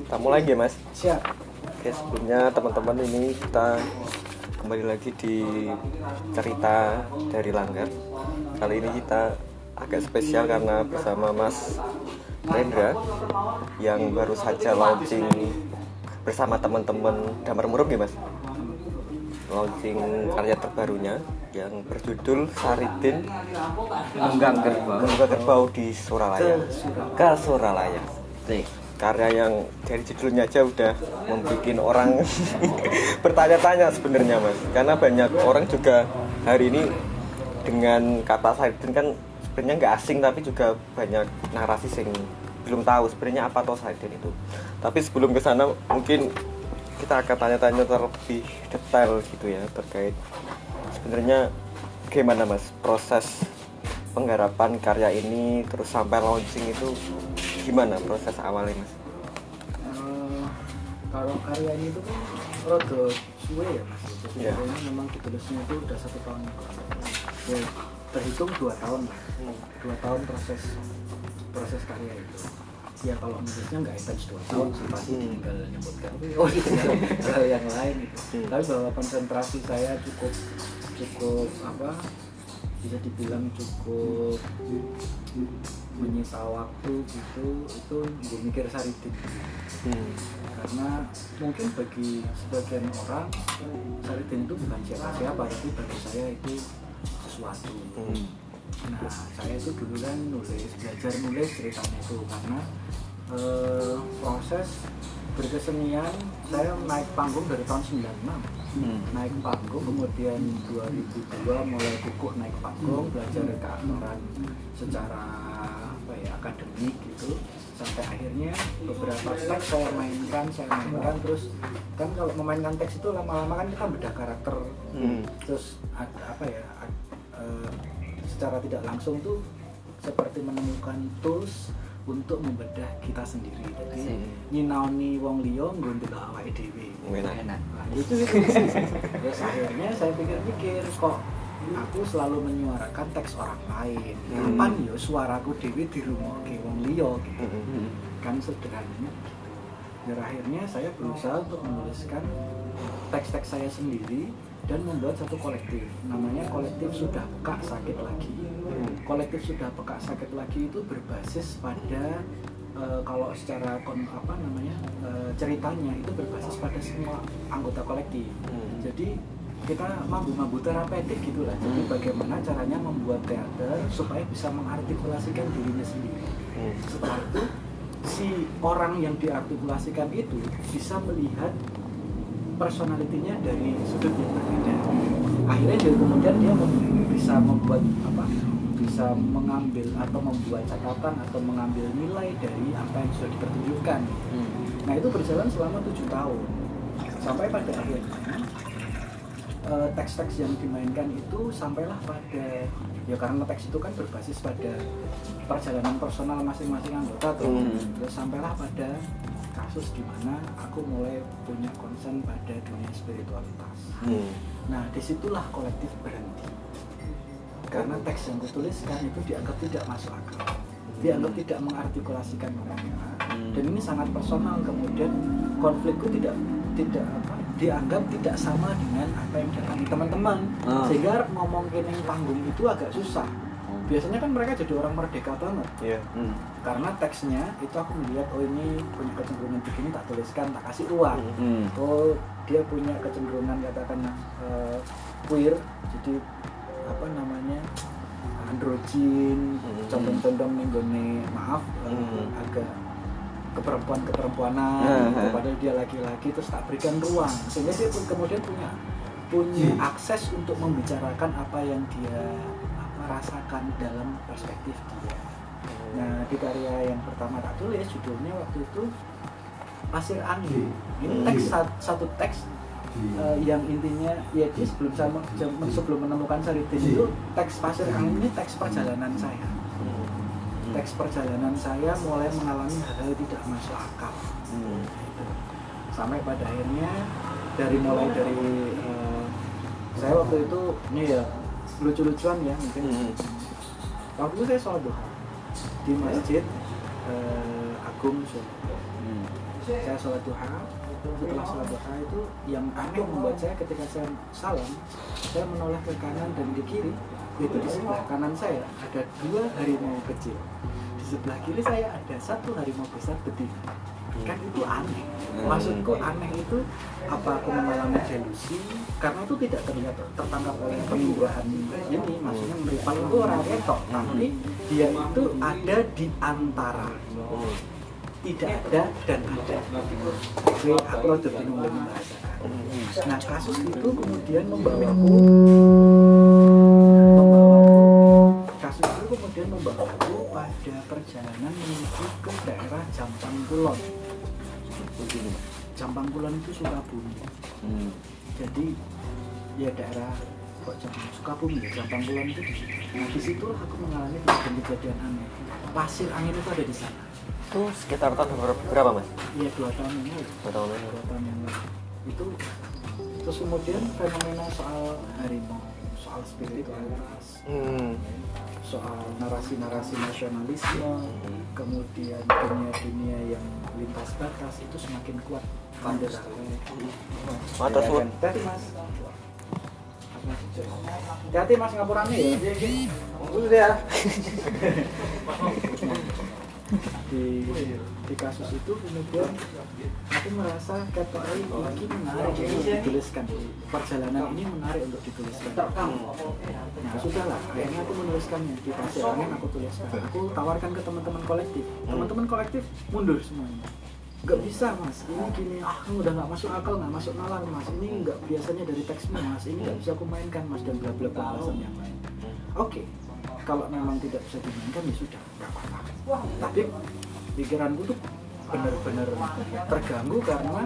Kita mulai ya Mas. Siap. Oke, sebelumnya teman-teman ini kita kembali lagi di cerita dari Langgar. Kali ini kita agak spesial karena bersama Mas Rendra yang baru saja launching bersama teman-teman Damar Murub ya Mas. Launching karya terbarunya yang berjudul Saridin Menunggang Kerbau di Suralaya. Ke Suralaya. Karya yang dari judulnya aja udah membuat orang bertanya-tanya sebenarnya Mas, karena banyak orang juga hari ini dengan kata Saridin kan sebenarnya nggak asing, tapi juga banyak narasi yang belum tahu sebenarnya apa toh Saridin itu. Tapi sebelum ke sana mungkin kita akan tanya-tanya terlebih detail gitu ya terkait sebenarnya gimana Mas proses penggarapan karya ini terus sampai launching itu gimana proses awalnya Mas? Kalau karya ini itu kan rada suwe ya Mas. Jadi Yeah. ini memang ditulisnya itu udah 1 tahun. Ya, terhitung 2 tahun lah. 2 tahun proses karya itu. Ya kalau nulisnya nggak intens 2 tahun sih, pasti tinggal nyebutkan hal yang lain gitu. Tapi bahwa konsentrasi saya cukup bisa dibilang cukup menyita waktu gitu, itu gue mikir Saridin. Karena mungkin bagi sebagian orang Saridin itu bukan siapa-siapa, tapi bagi saya itu sesuatu. Nah saya itu dulu kan belajar nulis ceritanya itu karena proses berkesenian saya naik panggung dari tahun 96. Naik panggung, kemudian 2002 mulai kukuh naik panggung, belajar keaktoran secara akademik gitu, sampai akhirnya beberapa teks saya mainkan terus kan kalau memainkan teks itu lama-lama kan kita bedah karakter, terus secara tidak langsung tuh seperti menemukan tools untuk membedah kita sendiri. Jadi nyinaoni wong liya nggo ndelok awake dhewe. Enak. Nah, itu. Terus akhirnya saya pikir-pikir kok aku selalu menyuarakan teks orang lain. Kapan ya suaraku dhewe dirungokke wong liya gitu. Kan sederhananya gitu. Dan akhirnya saya berusaha untuk menuliskan teks-teks saya sendiri dan membuat satu kolektif, namanya kolektif Sudah Peka Sakit Lagi. Kolektif Sudah Peka Sakit Lagi itu berbasis pada kalau secara ceritanya itu berbasis pada semua anggota kolektif. Jadi kita mampu terapeutik gitulah. Jadi bagaimana caranya membuat teater supaya bisa mengartikulasikan dirinya sendiri. Setelah itu si orang yang diartikulasikan itu bisa melihat personalitinya dari sudut yang berbeda. Akhirnya dari kemudian dia bisa membuat bisa mengambil atau membuat catatan atau mengambil nilai dari apa yang sudah dipertunjukkan. Nah itu berjalan selama 7 tahun sampai pada akhirnya teks-teks yang dimainkan itu sampailah pada ya karena teks itu kan berbasis pada perjalanan personal masing-masing anggota tuh. Terus sampailah pada kasus di mana aku mulai punya concern pada dunia spiritualitas. Nah disitulah kolektif berhenti karena teks yang kutuliskan itu dianggap tidak masuk akal, dianggap tidak mengartikulasikan mereka, dan ini sangat personal. Kemudian konflikku tidak dianggap tidak sama dengan apa yang dialami teman-teman, sehingga ngomong yang panggung itu agak susah. Biasanya kan mereka jadi orang merdeka banget, karena teksnya itu aku melihat ini punya kecenderungan begini, tak tuliskan, tak kasih ruang. Dia punya kecenderungan katakan queer, jadi androgin, condong-condong nenggone agak keperempuanan, padahal dia laki-laki, terus tak berikan ruang sehingga dia pun kemudian punya akses untuk membicarakan apa yang dia rasakan dalam perspektif dia. Nah di karya yang pertama tak tulis judulnya waktu itu Pasir Angin. Ini teks satu teks yang intinya ya sebelum menemukan Saridin itu teks Pasir Angin ini teks perjalanan saya. Teks perjalanan saya mulai mengalami hal-hal tidak masuk akal. Sampai pada akhirnya mulai dari saya waktu itu ini ya lucu-lucuan ya mungkin. Waktu itu saya sholat duha di Masjid Agung Solo. saya sholat duha. Setelah sholat duha itu yang aneh membuat saya ketika saya salam, saya menoleh ke kanan dan ke kiri, yaitu di sebelah kanan saya ada 2 harimau kecil, di sebelah kiri saya ada 1 harimau besar betina. Kan itu aneh. Maksudku aneh itu apa aku mengalami delusi karena itu tidak terlihat tertangkap oleh penginderaan ini, maksudnya meripat itu orang ketok, tapi dia itu ada di antara tidak ada dan ada. Oke, aku udah bingung lagi membahasakan. Nah, kasus itu kemudian membawaku pada perjalanan menuju ke daerah Jampang Kulon. Jampang Kulon itu Sukabumi. Jadi ya daerah Sukabumi ya, Jampang Kulon itu. Nah, di situ aku mengalami kejadian aneh. Pasir angin itu ada di sana. Itu sekitar tahun berapa mas? Iya 2 tahun yang lalu. 2 tahun lalu. 2 tahun yang lalu. Itu terus kemudian fenomena soal harimau, soal spiritualitas, soal narasi-narasi nasionalisme, kemudian dunia-dunia yang lintas batas itu semakin kuat. Mata suut. Hati mas. Hati mas ngapurane ya. Udah ya. Di kasus itu kemudian aku merasa kata ini menarik untuk dituliskan, perjalanan ini menarik untuk dituliskan. Nah sudahlah, akhirnya aku menuliskannya di pasir angin, aku tuliskan. Aku tawarkan ke teman-teman kolektif. Teman-teman kolektif mundur semuanya. Gak bisa mas, ini gini, udah gak masuk akal, gak masuk nalar mas, ini gak biasanya dari teksmu mas, ini gak bisa aku mainkan mas, dan bla bla bla alasan yang lain. Oke, kalau memang tidak bisa dimainkan ya sudah, gak apa-apa. Tapi pikiranku tuh benar-benar terganggu karena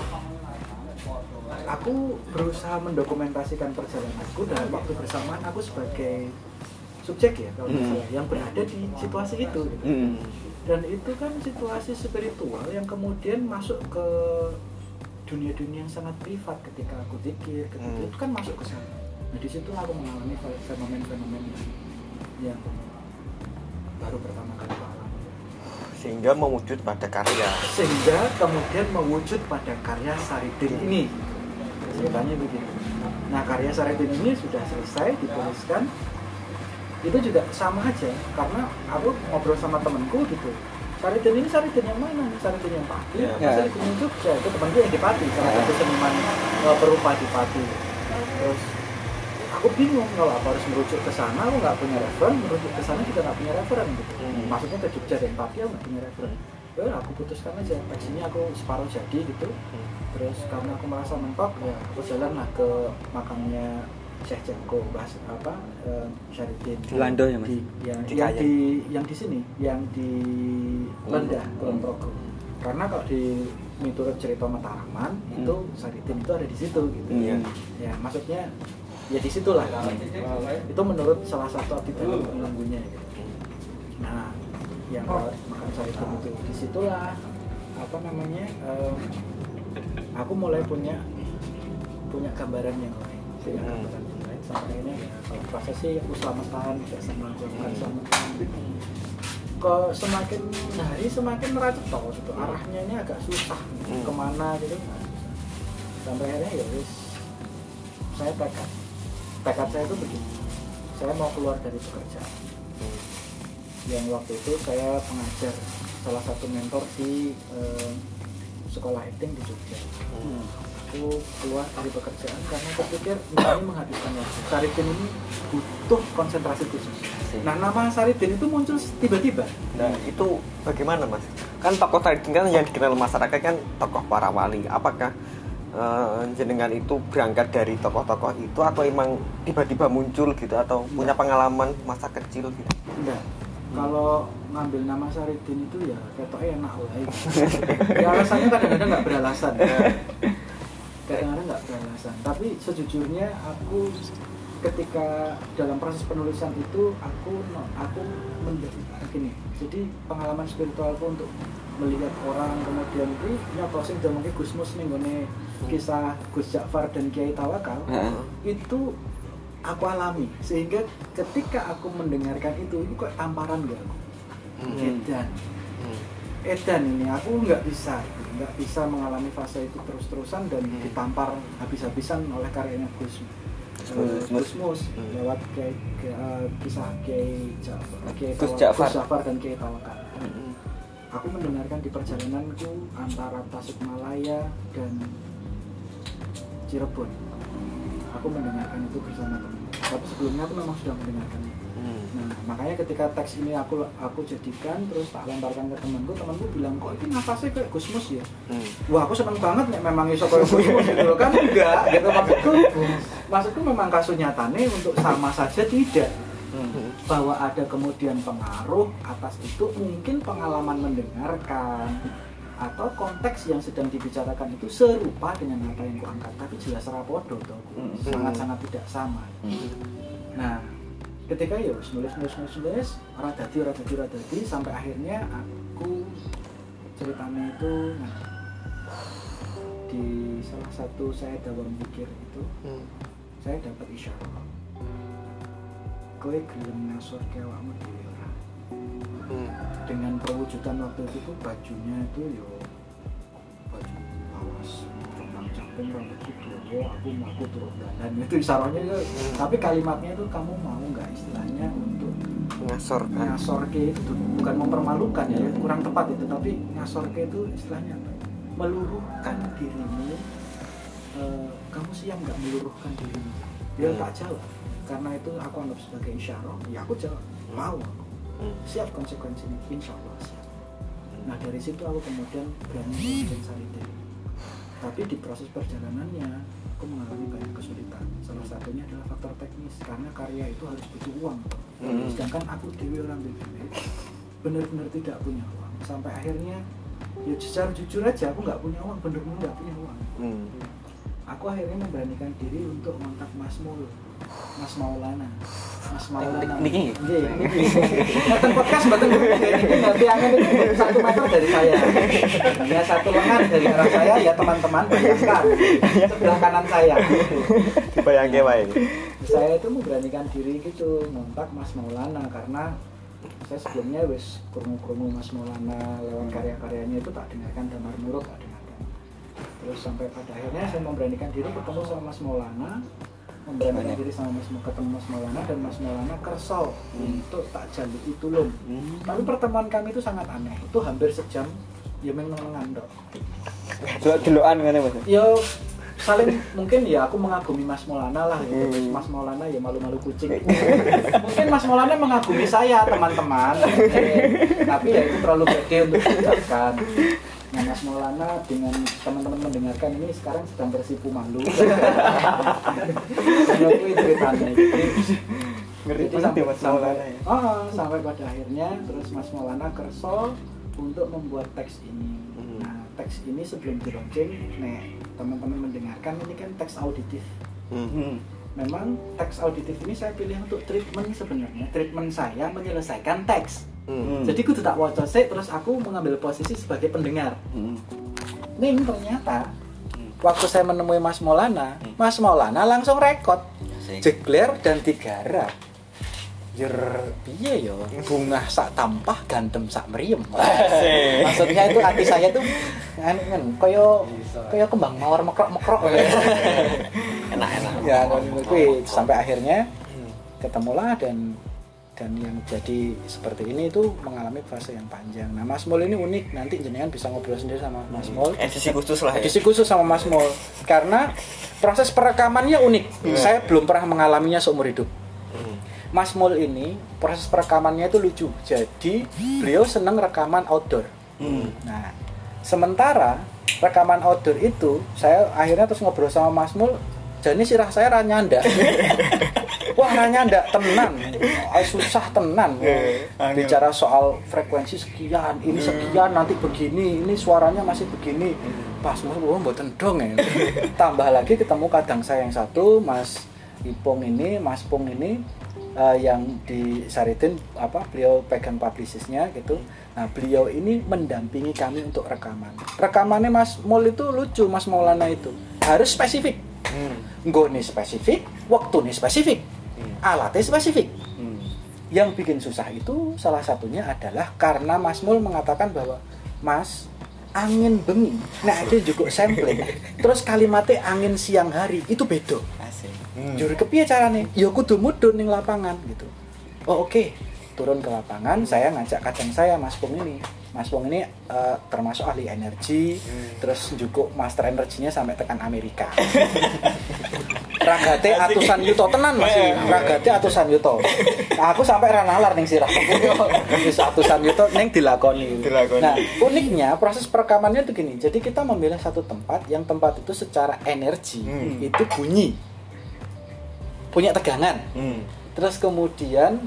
aku berusaha mendokumentasikan perjalananku dalam waktu bersamaan aku sebagai subjek ya kalau misalnya yang berada di situasi itu gitu. Dan itu kan situasi spiritual yang kemudian masuk ke dunia-dunia yang sangat privat ketika aku zikir, ketika itu kan masuk ke sana. Nah di situ aku mengalami fenomen-fenomen yang baru pertama kali aku alami. Sehingga mewujud pada karya. Sehingga kemudian mewujud pada karya Saridin ini. Ceritanya begitu. Nah karya Saridin ini sudah selesai dituliskan. Itu juga sama aja karena aku ngobrol sama temenku gitu. Saridin ini Saridin yang mana? Saridin yang Pati, Saridin yang Jogja. Itu temanku yang di Pati, salah satu seniman perupa di Pati. Terus aku bingung kalau aku harus merujuk ke sana, aku nggak punya referen, merujuk ke sana juga nggak punya referen gitu. Maksudnya ke Jogja dan Pati aku nggak punya referen. Ya aku putuskan aja, teksnya aku separuh jadi gitu. Terus karena aku merasa mentok, ya aku jalan lah ke makamnya Syekh Cengko, bahas apa Saridin di Lando ya mas? Yang di sini, yang di Lendah, Kulon Progo. Karena kalau di miturut cerita Mataraman itu Saridin itu ada di situ gitu. Ya maksudnya ya di situlah. Itu menurut salah satu abdi dalam penunggunya gitu. Nah, yang makam Saridin itu di situlah apa namanya? Aku mulai punya gambaran yang lain. Sampai ini ya, kalau proses sih aku selamatan bersama kok semakin hari semakin meracet tau gitu. Arahnya ini agak susah kemana gitu. Sampai akhirnya ya wis saya tekad saya itu begini, saya mau keluar dari pekerjaan. Yang waktu itu saya pengajar salah satu mentor di sekolah acting di Jogja. Aku keluar dari pekerjaan karena aku pikir ini menghabiskan waktu. Saridin ini butuh konsentrasi khusus. Nah nama Saridin itu muncul tiba-tiba. Nah itu bagaimana mas? Kan tokoh Saridin kan yang dikenal masyarakat kan tokoh para wali. Apakah jenengan itu berangkat dari tokoh-tokoh itu atau emang tiba-tiba muncul gitu atau punya pengalaman masa kecil gitu? Enggak. Kalau ngambil nama Saridin itu ya ketoknya enak lah. Ya alasannya kadang-kadang nggak beralasan. Kadang-kadang nggak beralasan. Tapi sejujurnya aku ketika dalam proses penulisan itu aku begini. Jadi pengalaman spiritualku untuk melihat orang kemudian ini nyoplosin dan mungkin Gusmus nih gini kisah Gus Ja'far dan Kiai Tawakal itu aku alami sehingga ketika aku mendengarkan itu kok tamparan gak aku dan edan ini, aku nggak bisa mengalami fase itu terus-terusan dan ditampar habis-habisan oleh karyanya Gusmus lewat kisah Kiai Ja'far dan Kiai Tawakal. Aku mendengarkan di perjalananku antara Tasikmalaya dan Cirebon. Aku mendengarkan itu bersama teman. Tapi sebelumnya aku memang sudah mendengarkannya. Nah, makanya ketika teks ini aku jadikan terus tak lemparkan ke temanku bilang, kok ini nafasnya kayak Gusmus ya? Wah, aku seneng banget nih memang iso kayak Gusmus gitu kan. Enggak, gitu maksudku memang kasus nyatanya untuk sama saja tidak. Bahwa ada kemudian pengaruh atas itu, mungkin pengalaman mendengarkan atau konteks yang sedang dibicarakan itu serupa dengan apa yang kuangkat, tapi jelas rapodo tuh, sangat-sangat tidak sama. Nah, ketika ya nulis radadi sampai akhirnya aku ceritanya itu di salah satu saya dalam pikir itu saya dapat isyarat kowe gelem ngasor awakmu dhewe ora. Dengan perwujudan waktu itu tuh bajunya itu yo baju lawas cangkeng rambut kudu aku turun dan itu isyaratnya itu, tapi kalimatnya itu kamu mau nggak istilahnya untuk ngasorke itu bukan mempermalukan ya, kurang tepat itu, tapi ngasorke itu istilahnya apa? Meluruhkan dirimu. Kamu siap nggak meluruhkan dirimu? Dia tak jawab. Karena itu aku anggap sebagai isyarat, ya aku jawab, mau aku siap konsekuensinya, insya Allah siap. Nah dari situ aku kemudian berani melakukan Sariden. Tapi di proses perjalanannya aku mengalami banyak kesulitan. Salah satunya adalah faktor teknis, karena karya itu harus butuh uang. Sedangkan aku dewi orang benar-benar tidak punya uang. Sampai akhirnya ya secara jujur aja aku nggak punya uang, benar-benar nggak punya uang. Aku akhirnya memberanikan diri untuk kontak Mas Maulana. Niki. Nonton podcast mboten niki nanti angin itu 1 meter dari saya. Ya 1 lengan dari arah saya ya teman-teman bayangkan sebelah kanan saya. Bayangke wae. Saya itu memberanikan diri gitu ngontak Mas Maulana karena saya sebelumnya wis krungu-krungu Mas Maulana lewat karya-karyanya itu tak dengarkan Damar Nurut tak dengarkan. Terus sampai pada akhirnya saya memberanikan diri ketemu sama Mas Maulana. Memberanikan diri sama ketemu Mas Maulana dan Mas Maulana kerso untuk tak jaluki tulung. Tapi pertemuan kami itu sangat aneh. Itu hampir sejam ya menengan dok. Delok-delokan ngene Mas. Ya saling mungkin ya aku mengagumi Mas Maulana lah gitu. Mas Maulana ya malu-malu kucing. Mungkin Mas Maulana mengagumi saya teman-teman. Tapi ya itu terlalu gede untuk dijelaskan. Nah, Mas Maulana dengan teman-teman mendengarkan ini sekarang sedang bersipu malu. Aku ceritanya. Ngeri banget Mas Maulana ya. Sampai pada akhirnya terus Mas Maulana kerso untuk membuat teks ini. Nah, teks ini sebelum di-launching, teman-teman mendengarkan ini kan teks auditif. Memang teks auditif ini saya pilih untuk treatment sebenarnya. Treatment saya menyelesaikan teks. Jadi aku tak waca sih, terus aku mengambil posisi sebagai pendengar. Nih ternyata waktu saya menemui Mas Maulana langsung rekod, jegler dan digarap. Piye yo, bungah sak tampah ganteng sak meriem. Maksudnya itu hati saya tuh koyo kembang mawar mekrok-mekrok. Enak-enak. Ya, sampai akhirnya ketemulah dan yang jadi seperti ini itu mengalami fase yang panjang. Nah, Mas Mul ini unik, nanti jenengan bisa ngobrol sendiri sama Mas Mul. Edisi khusus lah ya. Edisi khusus sama Mas Mul. Karena proses perekamannya unik. Saya belum pernah mengalaminya seumur hidup. Mas Mul ini proses perekamannya itu lucu. Jadi beliau senang rekaman outdoor. Nah, sementara rekaman outdoor itu saya akhirnya terus ngobrol sama Mas Mul. Jadi sirah saya ranyanda. Wah ranyanda tenan. Susah tenan. Bicara soal frekuensi sekian, ini sekian, nanti begini, ini suaranya masih begini. Pas mboten dong ya. Tambah lagi ketemu kadang saya yang satu, Mas Ipung ini, Mas Pung ini yang di Sariden beliau pegang publicistnya gitu. Nah beliau ini mendampingi kami untuk rekaman. Rekamannya Mas Mul itu lucu, Mas Maulana itu harus spesifik. Nggone spesifik, waktu nih spesifik, alatnya spesifik. Yang bikin susah itu salah satunya adalah karena Mas Mul mengatakan bahwa Mas, angin bengi. Nah, itu juga sampling. Terus kalimatnya angin siang hari itu beda. Asik. Jur kepiye carane? Ya kudu mudhun ning lapangan gitu. Oh oke. Turun ke lapangan, saya ngajak kadang saya Mas Pung ini. Mas Pung ini termasuk ahli energi, terus juga master energinya sampai tekan Amerika. Ragate atusan yuto tenan masih. Ragate atusan yuto. Nah, aku sampai ra nalar ning sirah. Wis atusan yuto ning dilakoni. Nah, uniknya proses perekamannya itu gini. Jadi kita memilih satu tempat yang tempat itu secara energi itu bunyi. Punya tegangan. Terus kemudian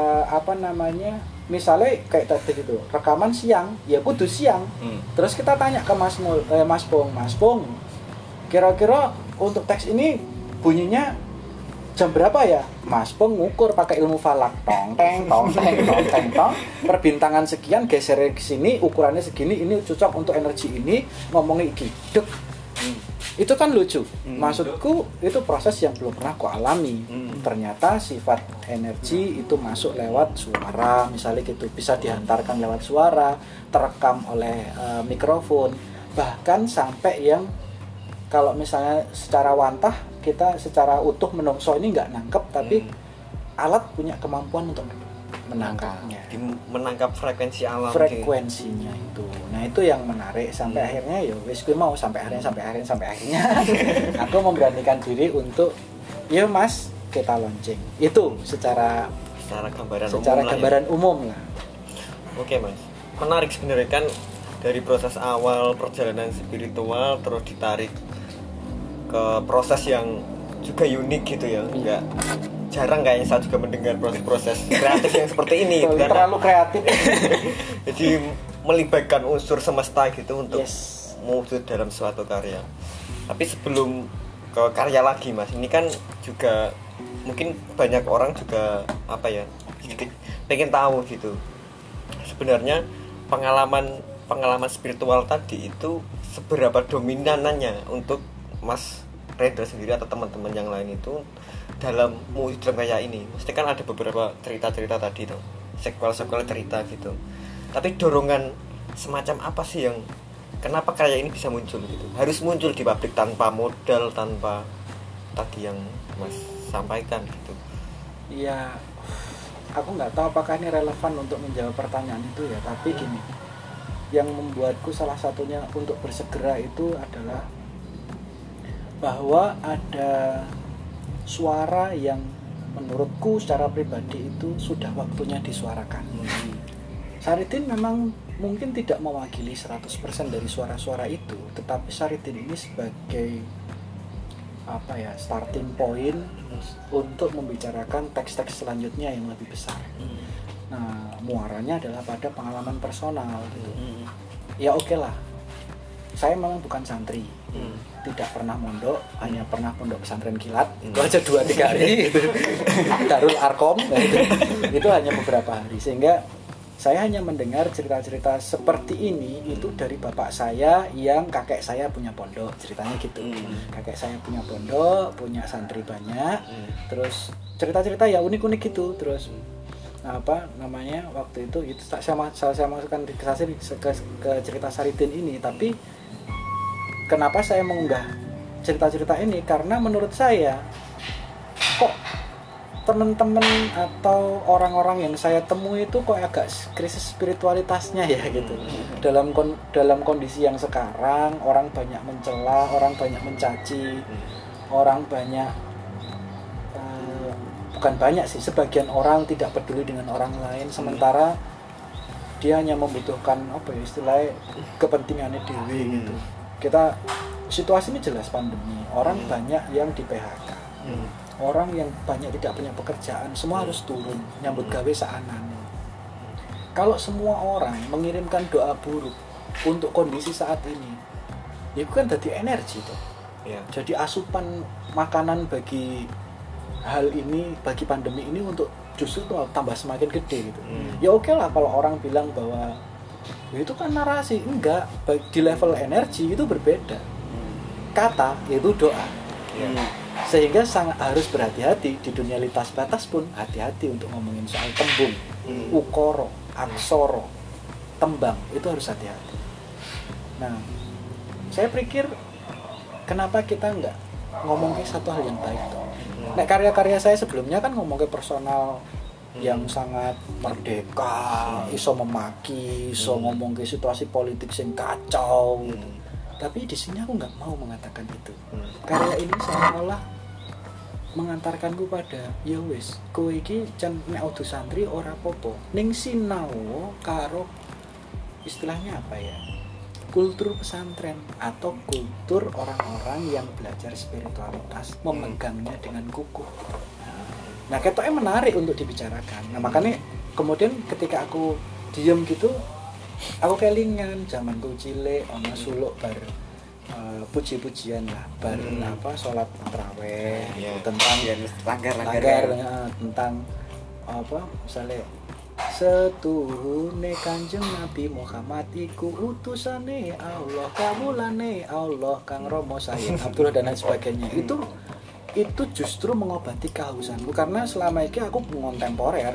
misalnya kayak tadi gitu, rekaman siang, ya kudu siang. Terus kita tanya ke Mas Pung, kira-kira untuk teks ini bunyinya jam berapa ya? Mas Pung ngukur pakai ilmu falak, tong teng, perbintangan sekian, geser ke sini, ukurannya segini, ini cocok untuk energi ini, ngomongnya iki, dek. Itu kan lucu. Maksudku itu proses yang belum pernah aku alami. Ternyata sifat energi itu masuk lewat suara, misalnya gitu, bisa dihantarkan lewat suara, terekam oleh mikrofon, bahkan sampai yang kalau misalnya secara wantah kita secara utuh menungso ini nggak nangkep, tapi alat punya kemampuan untuk menangkapnya, menangkap frekuensi alam, frekuensinya itu. Nah itu yang menarik sampai akhirnya ya wis gue mau sampai akhirnya aku memberanikan diri untuk ya Mas kita launching itu secara gambaran umum lah. Oke Mas, menarik sebenarnya kan dari proses awal perjalanan spiritual terus ditarik ke proses yang juga unik gitu ya, enggak jarang kayaknya saya juga mendengar proses kreatif yang seperti ini. Terlalu kreatif. Jadi melibatkan unsur semesta gitu untuk mewujud dalam suatu karya. Tapi sebelum ke karya lagi Mas, ini kan juga mungkin banyak orang juga pengen tahu gitu. Sebenarnya pengalaman spiritual tadi itu seberapa dominannya untuk Mas Rendra sendiri atau teman-teman yang lain itu dalam karya ini. Mesti kan ada beberapa cerita-cerita tadi tuh, sequel cerita gitu. Tapi dorongan semacam apa sih yang kenapa karya ini bisa muncul gitu? Harus muncul di pabrik tanpa modal, tanpa tadi yang Mas sampaikan gitu. Iya, aku nggak tahu apakah ini relevan untuk menjawab pertanyaan itu ya. Tapi gini, yang membuatku salah satunya untuk bersegera itu adalah bahwa ada suara yang menurutku secara pribadi itu sudah waktunya disuarakan. Saridin memang mungkin tidak mewakili 100% dari suara-suara itu, tetapi Saridin ini sebagai starting point untuk membicarakan teks-teks selanjutnya yang lebih besar. Nah, muaranya adalah pada pengalaman personal gitu. Ya oke lah. Saya memang bukan santri, tidak pernah mondok, hanya pernah pondok pesantren kilat, itu aja 2-3 hari, Darul Arkom, itu hanya beberapa hari, sehingga saya hanya mendengar cerita-cerita seperti ini itu dari bapak saya yang kakek saya punya pondok, ceritanya gitu, kakek saya punya pondok, punya santri banyak, terus cerita-cerita ya unik-unik gitu, terus waktu itu saya masukkan ke cerita Saridin ini. Tapi kenapa saya mengunggah cerita-cerita ini? Karena menurut saya kok teman-teman atau orang-orang yang saya temui itu kok agak krisis spiritualitasnya ya gitu. Dalam kondisi yang sekarang orang banyak mencela, orang banyak mencaci, orang banyak bukan banyak sih, sebagian orang tidak peduli dengan orang lain, sementara dia hanya membutuhkan istilahnya kepentingannya dewe gitu. Kita situasi ini jelas pandemi, orang banyak yang di PHK, orang yang banyak tidak punya pekerjaan, semua harus turun nyambut gawe saanane. Kalau semua orang mengirimkan doa buruk untuk kondisi saat ini, itu kan jadi energi tuh. Jadi asupan makanan bagi hal ini, bagi pandemi ini untuk justru tuh tambah semakin gede gitu. Ya oke lah kalau orang bilang bahwa itu kan narasi, enggak, di level energi itu berbeda. Kata itu doa. Sehingga sangat harus berhati-hati di dunia lintas batas pun hati-hati untuk ngomongin soal tembung, ukoro, aksoro, tembang, itu harus hati-hati. Nah, saya pikir kenapa kita nggak ngomongin satu hal yang baik toh. Nek karya-karya saya sebelumnya kan ngomongin personal yang sangat merdeka, iso memaki, iso ngomongin situasi politik yang kacau. Tapi di sini aku nggak mau mengatakan itu. Karya ini seolah-olah mengantarkanku pada ya wis, kowe iki jan nek auto santri ora apa-apa. Ning sinau karo istilahnya apa ya? Kultur pesantren atau kultur orang-orang yang belajar spiritualitas memegangnya dengan kukuh. Nah, ketoknya menarik untuk dibicarakan. Nah, makanya kemudian ketika aku diem gitu, aku kelingan zamanku cilik ono suluk bar puji-pujian lah, bar sholat tarawih tentang langgar tentang apa misalnya setuhune Kanjeng Nabi Muhammad iku utusane Allah, kawulane Allah Kang Romo Sayyid Abdullah dan lain sebagainya. Itu justru mengobati kehausanku karena selama ini aku kontemporer.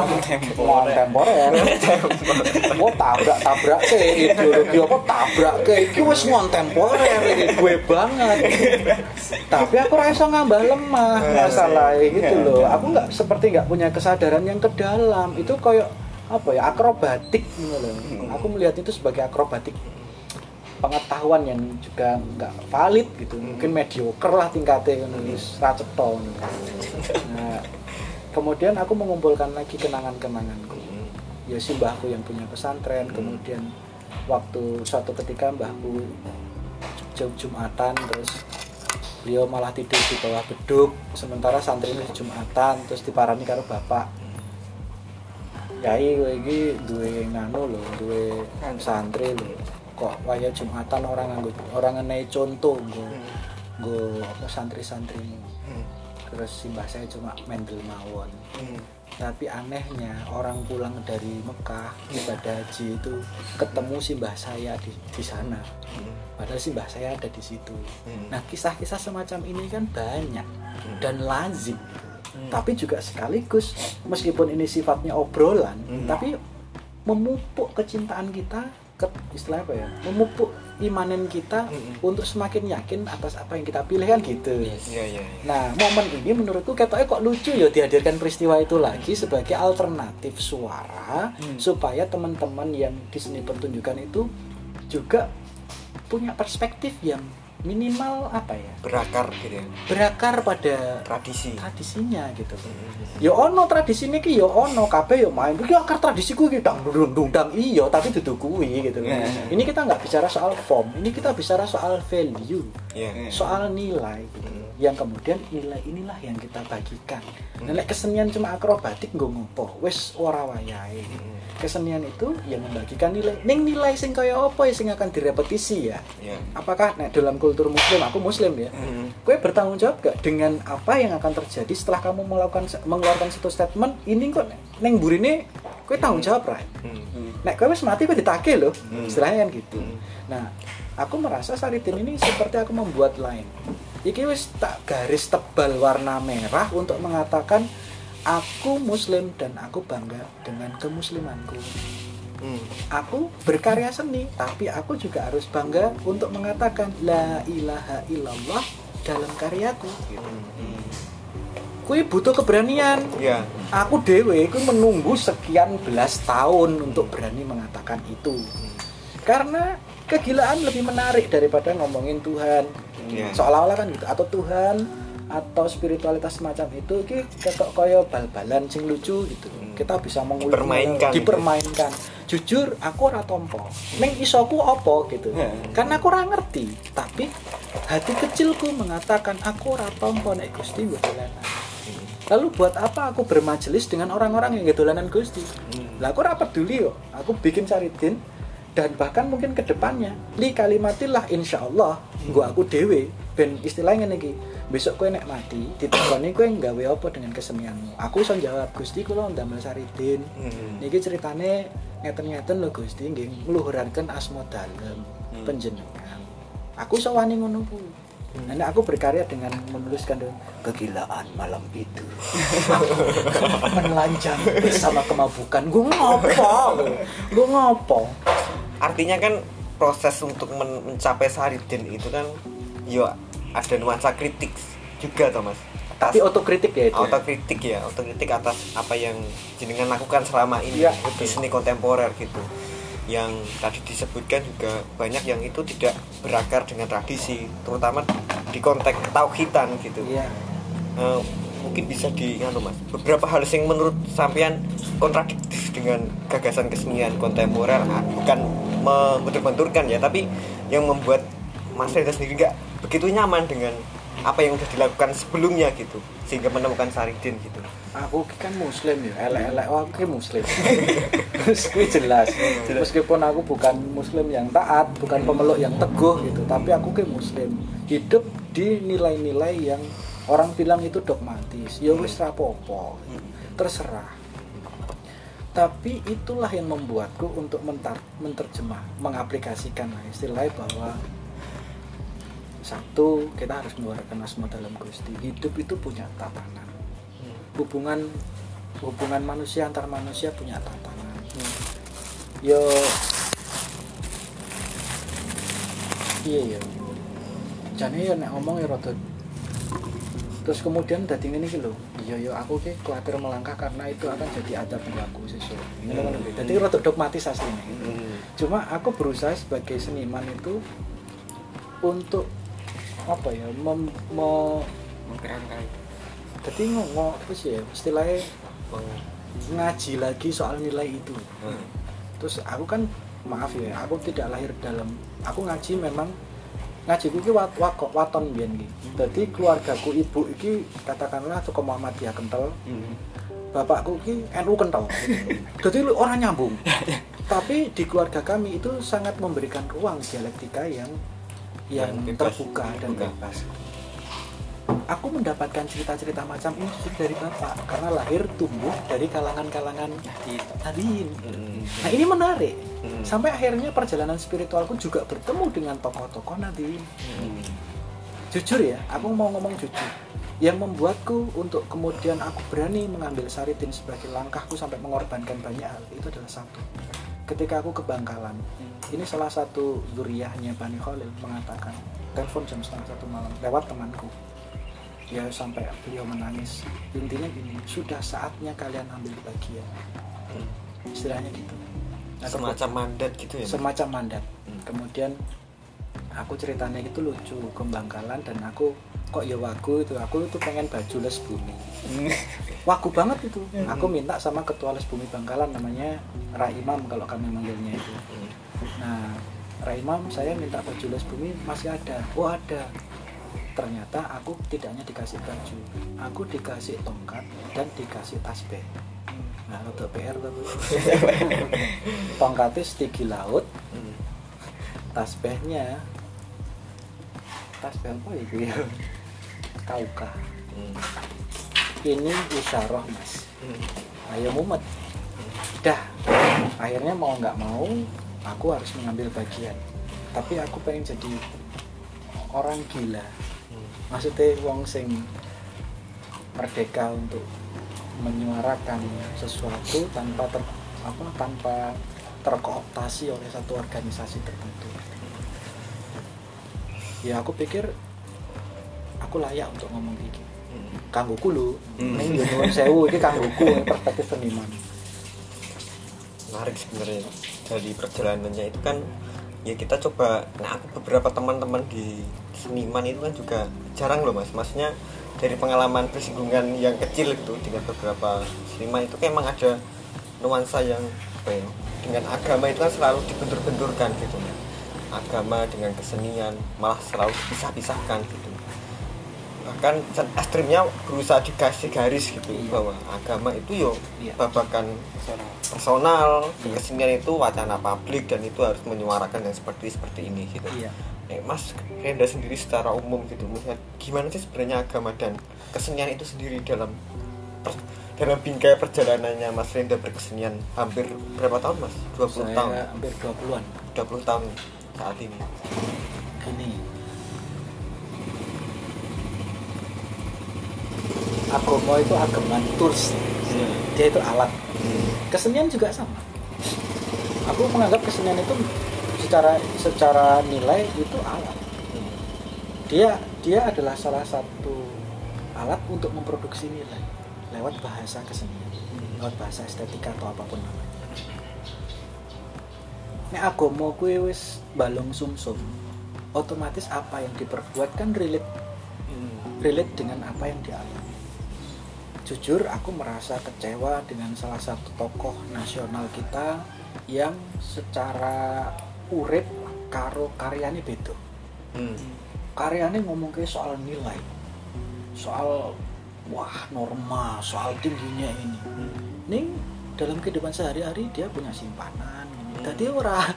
Mau tabrak ke ideologi apa tabrak ke iki wis kontemporer iki gue banget. Tapi aku rasa ngambah lemah masalah gitu loh. Aku seperti nggak punya kesadaran yang ke dalam. Itu kayak apa ya, akrobatik gitu loh. Aku melihat itu sebagai akrobatik pengetahuan yang juga nggak valid gitu, mungkin mediocre lah tingkatnya nulis racetol. Nah, kemudian aku mengumpulkan lagi kenangan-kenanganku. Ya si mbahku yang punya pesantren, kemudian waktu suatu ketika mbahku Jumatan terus beliau malah tidur di bawah beduk, sementara santri ini Jumatan terus diparani karo bapak. Yai kowe iki duwe nganu lho, duwe santri lho. Kok waya Jumatan orang ngenai contoh nggo apa santri-santrimu. Terus simbah saya cuma mendel mawon. Tapi anehnya orang pulang dari Mekah ibadah haji itu ketemu simbah saya di sana. Padahal simbah saya ada di situ. Nah, kisah-kisah semacam ini kan banyak dan lazim. Tapi juga sekaligus meskipun ini sifatnya obrolan, tapi memupuk kecintaan kita, istilah apa ya, memupuk imanen kita untuk semakin yakin atas apa yang kita pilih kan gitu. Nah, momen ini menurutku ketoknya kok lucu ya dihadirkan peristiwa itu lagi sebagai alternatif suara supaya teman-teman yang di seni pertunjukan itu juga punya perspektif yang minimal apa ya, berakar gitu ya, berakar pada tradisinya gitu. Ya ono tradisi niki ya ono kabeh ya main iki akar tradisiku iki dang iya tapi dudu kuwi gitu. Ini kita nggak bicara soal form, ini kita bicara soal value, soal nilai gitu. Yang kemudian nilai inilah yang kita bagikan. Nek kesenian cuma akrobatik nggo ngopo wis ora wayahe. Kesenian itu yang membagikan nilai. Ning nilai sing kaya apa sing akan direpetisi ya? Apakah nek dalam kultur muslim, aku muslim ya. Kowe bertanggung jawab gak dengan apa yang akan terjadi setelah kamu mengeluarkan satu statement ini kok ning burine kowe tanggung jawab ra? Nek kowe wis mati kowe ditagih lho. Istilahnya kan gitu. Nah, aku merasa Saridin ini seperti aku membuat line. Iki wis tak garis tebal warna merah untuk mengatakan aku muslim dan aku bangga dengan kemuslimanku. Aku berkarya seni, tapi aku juga harus bangga untuk mengatakan la ilaha illallah dalam karyaku gitu. Kui butuh keberanian. Aku dewe aku menunggu sekian belas tahun untuk berani mengatakan itu. Karena kegilaan lebih menarik daripada ngomongin Tuhan. Seolah-olah kan gitu, atau Tuhan atau spiritualitas semacam itu ketok koyo bal-balan sing lucu gitu. Kita bisa dipermainkan. Jujur aku ora tompo. Ning isoku apa gitu. Karena aku ora ngerti, tapi hati kecilku mengatakan aku ora tompo nek Gusti mbok dolanan. Lalu buat apa aku bermajelis dengan orang-orang yang dolanan Gusti? Lah aku ora peduli kok. Aku bikin Saridin dan bahkan mungkin kedepannya li kalimatillah insyaallah gua aku dewe ben istilahnya niki besok kowe nek mati ditakoni kowe nggawe apa dengan kesenianmu, aku iso jawab Gusti kula ndamel Saridin niki ceritane ngeten-ngeten lho Gusti nggih ngluhuraken asma dalem panjenengan, aku iso wani ngono kuwi. Nah, aku berkarya dengan menuliskan kegilaan malam itu. Menelanjang bersama kemabukan. Gue ngopo? Artinya kan proses untuk mencapai Saridin itu kan yo ada nuansa kritik juga toh Mas. Tapi otokritik ya itu. Otokritik atas apa yang jenengan lakukan selama ini Ya, di seni kontemporer gitu. Yang tadi disebutkan juga banyak yang itu tidak berakar dengan tradisi, terutama di konteks ketauhidan gitu. Iya. Mungkin bisa diinganu Mas. Beberapa hal yang menurut sampean kontradiktif dengan gagasan kesenian kontemporer, bukan membentur-benturkan ya, tapi yang membuat Mas Renda sendiri nggak begitu nyaman dengan apa yang sudah dilakukan sebelumnya gitu, sehingga menemukan Saridin gitu. Aku kan muslim ya, elek-elek aku muslim. Meski jelas. Meskipun aku bukan muslim yang taat, bukan pemeluk yang teguh gitu, tapi aku muslim. Hidup di nilai-nilai yang orang bilang itu dogmatis. Ya wis rapopo. Terserah. Tapi itulah yang membuatku untuk menterjemah, mengaplikasikan istilahnya bahwa satu, kita harus mengeluarkan asma dalam Gusti. Hidup itu punya tatanan. Hubungan manusia antar manusia punya tatanan. Yo iya. Jane yo nek ngomong ya rada. Terus kemudian dadi ngene iki lho. Iya aku ki kuwatir melangkah karena itu akan jadi adab buatku sesuk. Ngono lho. Dadi rada dogmatis asline. Cuma aku berusaha sebagai seniman itu untuk apa ya mengkerangkai. Jadi ngomong apa sih ya istilahnya ngaji lagi soal nilai itu. Terus aku kan maaf ya, aku tidak lahir dalam, aku ngaji memang ngaji iki waton biyen iki. Dadi keluargaku ibu iki katakanlah saka Muhammadiyah kental. Bapakku iki NU kental. Dadi orang nyambung. Tapi di keluarga kami itu sangat memberikan ruang dialektika yang terbuka dan bebas. Aku mendapatkan cerita-cerita macam ini dari bapak karena lahir tumbuh dari kalangan-kalangan tadiin. Nah ini menarik. Sampai akhirnya perjalanan spiritualku juga bertemu dengan tokoh-tokoh Nadiin. Jujur ya, aku mau ngomong jujur. Yang membuatku untuk kemudian aku berani mengambil Saridin sebagai langkahku sampai mengorbankan banyak hal itu adalah satu. Ketika aku ke Bangkalan, ini salah satu zuriyahnya Bani Khalil mengatakan, telepon jam 1:30 malam lewat temanku. Ya sampai beliau menangis. Intinya gini, sudah saatnya kalian ambil bagian. Istilahnya gitu. Nah, semacam mandat gitu ya. Semacam mandat. Kemudian aku ceritanya itu lucu ke Bangkalan dan aku kok ya wagu itu, aku itu pengen baju les bumi. Wagu banget itu. Aku minta sama ketua les bumi Bangkalan namanya Raimam kalau kami manggilnya itu. Nah, Raimam saya minta baju les bumi masih ada. Oh ada. Ternyata aku tidak hanya dikasih baju, aku dikasih tongkat dan dikasih tasbih. Nah, untuk PR tuh. Tongkatnya setigi laut. Tasbihnya tasbih apa ya? Kauka. Ini isyarah Mas. Ayo mumet. Dah. Akhirnya mau nggak mau, aku harus mengambil bagian. Tapi aku pengen jadi orang gila. Maksudnya wong sing merdeka untuk menyuarakan sesuatu tanpa terkooptasi oleh satu organisasi tertentu. Ya aku pikir aku layak untuk ngomong gitu. Kanggoku lho, ning yo nyuwun sewu iki kanggoku perspektif seniman. Menarik sebenarnya dari perjalanannya itu kan ya kita coba. Nah aku beberapa teman-teman di seniman itu kan juga jarang loh Mas, maksudnya dari pengalaman bersinggungan yang kecil gitu dengan beberapa seniman itu kan emang ada nuansa yang dengan agama itu kan selalu dibentur-benturkan gitu. Agama dengan kesenian malah selalu dipisah-pisahkan gitu. Bahkan ekstrimnya berusaha dikasih garis gitu bahwa agama itu babakan personal, kesenian itu wacana publik dan itu harus menyuarakan yang seperti ini gitu. Mas Renda sendiri secara umum gitu, melihat gimana sih sebenarnya agama dan kesenian itu sendiri dalam bingkai perjalanannya Mas Renda berkesenian hampir berapa tahun Mas? 20 tahun? Hampir 20-an. 20 tahun saat ini. Gini. Agama itu agama tools. Dia itu alat. Kesenian juga sama. Aku menganggap kesenian itu secara nilai itu alat. Dia adalah salah satu alat untuk memproduksi nilai lewat bahasa kesenian, lewat bahasa estetika atau apapun namanya. Nek agama kuwi wis balong sumsum, otomatis apa yang diperbuat kan relate dengan apa yang dialami. Jujur aku merasa kecewa dengan salah satu tokoh nasional kita yang secara urip karo karyane beda. Karyane ngomong ke soal nilai, soal norma, soal tingginya ini. Ning dalam kehidupan sehari-hari dia punya simpanan. Jadi orang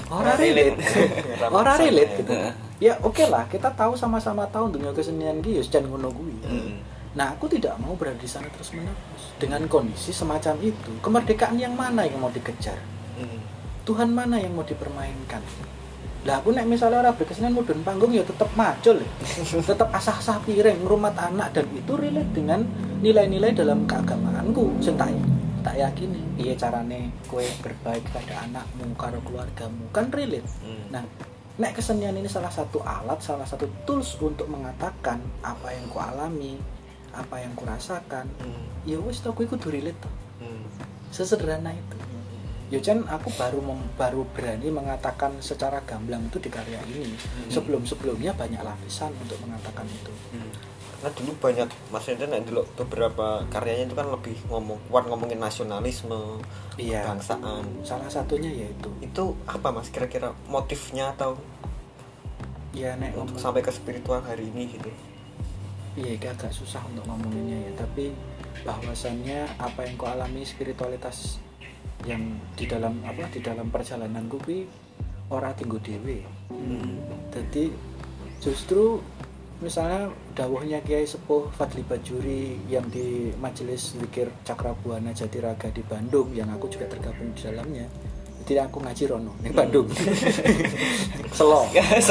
relate gitu. Ya oke lah, kita tahu sama-sama tahu dunia kesenian ki ya jan ngono kuwi. Nah, aku tidak mau berada di sana terus-menerus. Dengan kondisi semacam itu, kemerdekaan yang mana yang mau dikejar? Tuhan mana yang mau dipermainkan? Lah aku nek misalnya ora berkesenian mudun panggung ya tetap macul. Tetap asah-asah piring, ngrumat anak, dan itu relate dengan nilai-nilai dalam keagamaanku. Sing tak yakini piye carane kowe berbaik pada anakmu karo keluargamu, kan relate. Nah, nek kesenian ini salah satu alat, salah satu tools untuk mengatakan apa yang ku alami, apa yang ku rasakan, ya wis to kuwi kudu relate to. Sesederhana itu. Ya Chan, aku baru berani mengatakan secara gamblang itu di karya ini. Sebelum-sebelumnya banyak lapisan untuk mengatakan itu. Karena dulu banyak Mas Hendra dulu beberapa karyanya itu kan lebih ngomongin nasionalisme, kebangsaan. Salah satunya yaitu. Itu apa Mas kira-kira motifnya atau ya nek untuk sampai ke spiritual hari ini gitu? Iya, agak susah untuk ngomonginnya ya, tapi bahwasannya apa yang ku alami spiritualitas yang di dalam perjalananku kuwi ora tinggo dhewe. Jadi justru misalnya dawuhnya Kiai Sepuh Fadli Bajuri yang di Majelis Zikir Cakrabuana Jatiraga di Bandung, yang aku juga tergabung di dalamnya. Jadi aku ngaji rono di Bandung. Selo.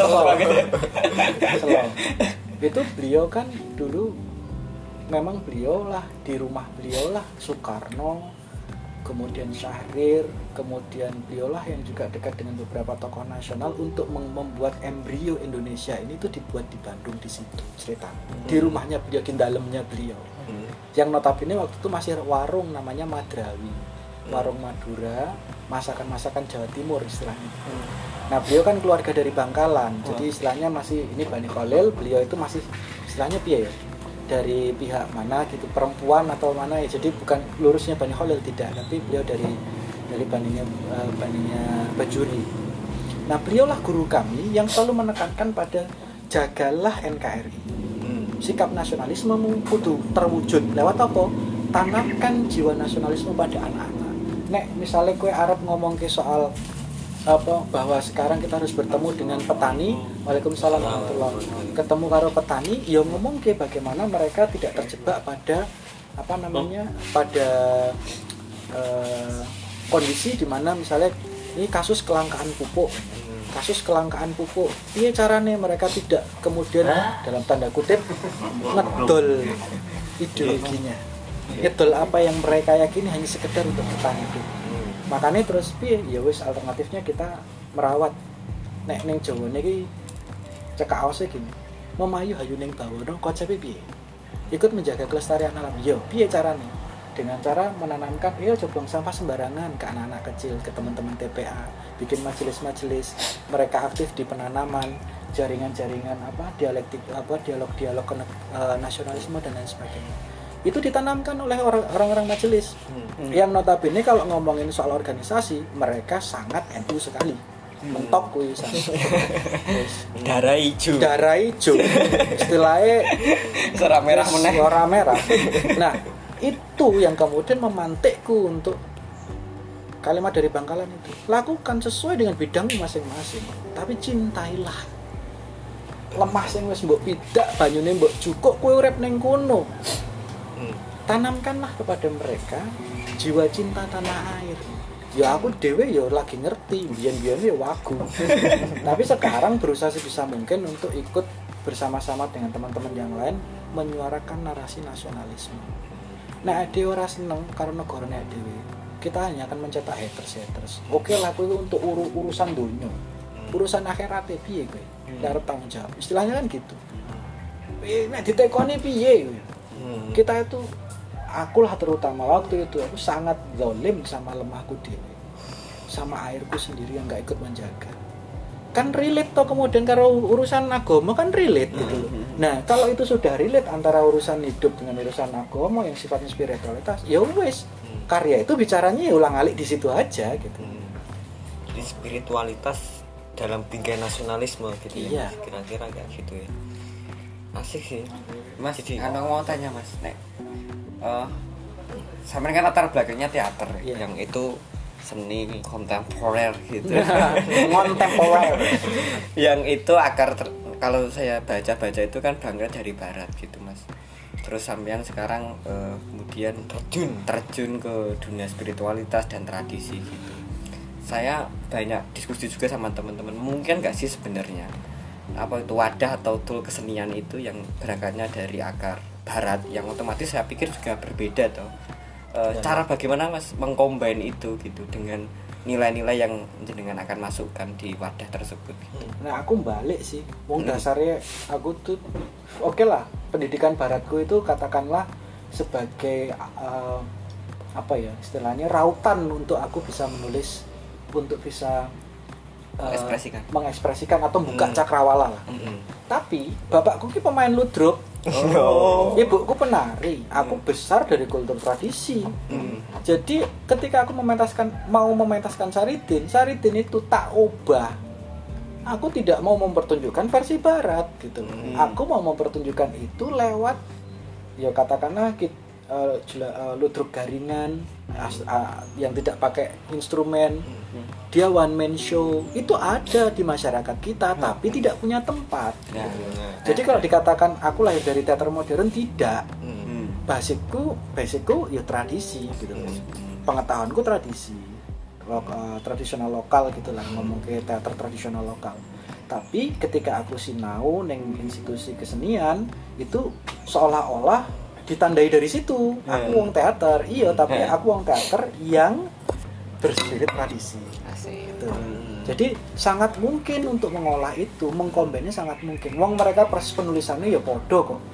Itu beliau kan dulu memang beliau lah di rumah beliau lah Soekarno, kemudian Syahrir, kemudian beliaulah yang juga dekat dengan beberapa tokoh nasional untuk membuat embrio Indonesia ini tuh dibuat di Bandung, di situ cerita di rumahnya beliau, di dalamnya beliau, yang notabene waktu itu masih warung namanya Madrawi, warung Madura, masakan Jawa Timur istilahnya. Nah beliau kan keluarga dari Bangkalan, jadi istilahnya masih ini Bani Khalil, beliau itu masih istilahnya piye ya, dari pihak mana gitu, perempuan atau mana ya, jadi bukan lurusnya Bani Khalil tidak, tapi beliau dari baninya Bajuri. Nah beliaulah guru kami yang selalu menekankan pada jagalah NKRI, sikap nasionalisme kudu terwujud lewat apa? Tanamkan jiwa nasionalisme pada anak-anak. Nek misalnya kue Arab ngomong ke soal apa bahwa sekarang kita harus bertemu dengan petani, waalaikumsalam warahmatullahi wabarakatuh, ketemu karo petani, ya ngomong ke bagaimana mereka tidak terjebak pada apa namanya pada kondisi di mana misalnya ini kasus kelangkaan pupuk, iya caranya mereka tidak kemudian dalam tanda kutip ngedol ideologinya, ngedol apa yang mereka yakini hanya sekedar untuk bertahan hidup. Makanya terus ya wis alternatifnya kita merawat nek ning Jawa niki cekak awase gini. Memayu hayu ning bawono konsepe piye? Ikut menjaga kelestarian alam. Yo, piye carane? Dengan cara menanamkan aja buang sampah sembarangan ke anak-anak kecil, ke teman-teman TPA, bikin majelis-majelis, mereka aktif di penanaman, jaringan-jaringan dialog-dialog nasionalisme dan lain sebagainya. Itu ditanamkan oleh orang-orang majelis yang notabene kalau ngomongin soal organisasi mereka sangat NU sekali, mentok kuwi darah hijau istilahnya suara merah. Nah itu yang kemudian memantikku untuk kalimat dari Bangkalan itu, lakukan sesuai dengan bidangmu masing-masing, tapi cintailah lemah sing wis mbok pidak banyune mbok jukuk kowe urip ning kono. Tanamkanlah kepada mereka jiwa cinta tanah air. Ya aku dewe ya lagi ngerti, biyen-biyen ya wagu. Tapi sekarang berusaha sebisa mungkin untuk ikut bersama-sama dengan teman-teman yang lain menyuarakan narasi nasionalisme. Nah, ade ora seneng karo negarane dhewe. Kita hanya akan mencetak haters. Oke lah kuwi untuk urusan dunia. urusan akhirat piye kowe arep tanggung jawab istilahnya kan gitu nek ditekoni piye kita itu akulah terutama waktu itu aku sangat zalim sama lemahku dewe sama airku sendiri yang gak ikut menjaga kan relate toh kemudian kalau urusan agama kan relate gitu loh. Nah kalau itu sudah relate antara urusan hidup dengan urusan agama yang sifatnya spiritualitas ya wes karya itu bicaranya ya ulang-alik di situ aja gitu. Jadi spiritualitas dalam bingkai nasionalisme gitu ya kira-kira kayak gitu ya. Asik sih Mas. Jadi Mau tanya Mas nek sampean kan latar belakangnya teater yang itu seni kontemporer gitu. Kontemporer. Yang itu kalau saya baca-baca itu kan berangkat dari barat gitu Mas. Terus sampean sekarang kemudian terjun ke dunia spiritualitas dan tradisi gitu. Saya banyak diskusi juga sama teman-teman. Mungkin nggak sih sebenarnya apa itu wadah atau tool kesenian itu yang berangkatnya dari akar barat yang otomatis saya pikir juga berbeda toh. Cara bagaimana Mas mengcombine itu gitu dengan nilai-nilai yang jenengan akan masukkan di wadah tersebut gitu. Nah aku balik sih wong dasarnya aku tuh oke lah pendidikan baratku itu katakanlah sebagai apa ya istilahnya rautan untuk aku bisa menulis untuk bisa mengekspresikan atau buka cakrawala lah. Tapi bapakku ki pemain ludruk. Ibuku penari, aku besar dari kultur tradisi. Jadi ketika aku mau mementaskan Saridin itu tak ubah. Aku tidak mau mempertunjukkan versi barat gitu. Aku mau mempertunjukkan itu lewat ya katakanlah ludruk garingan yang tidak pakai instrumen. Dia one man show itu ada di masyarakat kita tapi tidak punya tempat. Jadi kalau dikatakan aku lahir dari teater modern tidak. Basicku ya tradisi gitu. Pengetahuanku tradisi. Tradisional lokal gitulah ngomong ke teater tradisional lokal. Tapi ketika aku sinau neng institusi kesenian itu seolah-olah ditandai dari situ. Aku wong teater, tapi aku wong teater yang berspirit tradisi. Gitu. Jadi sangat mungkin untuk mengolah itu, mengkombinasinya sangat mungkin. Wong mereka proses penulisannya ya podo kok.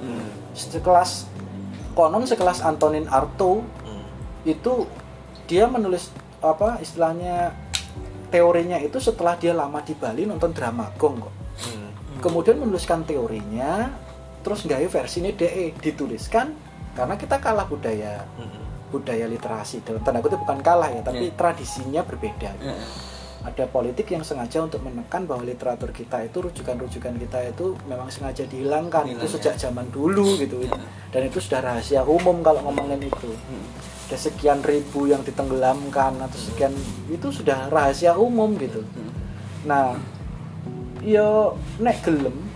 Sekelas Antonin Artaud itu dia menulis apa istilahnya teorinya itu setelah dia lama di Bali nonton drama gong kok. Kemudian menuliskan teorinya, terus gawe versinya DE dituliskan karena kita kalah budaya literasi dalam tanda kutip bukan kalah ya tapi tradisinya berbeda ada politik yang sengaja untuk menekan bahwa literatur kita itu rujukan-rujukan kita itu memang sengaja dihilangkan itu sejak zaman dulu gitu dan itu sudah rahasia umum kalau ngomongin itu ada sekian ribu yang ditenggelamkan atau sekian itu sudah rahasia umum gitu nah yo nek gelem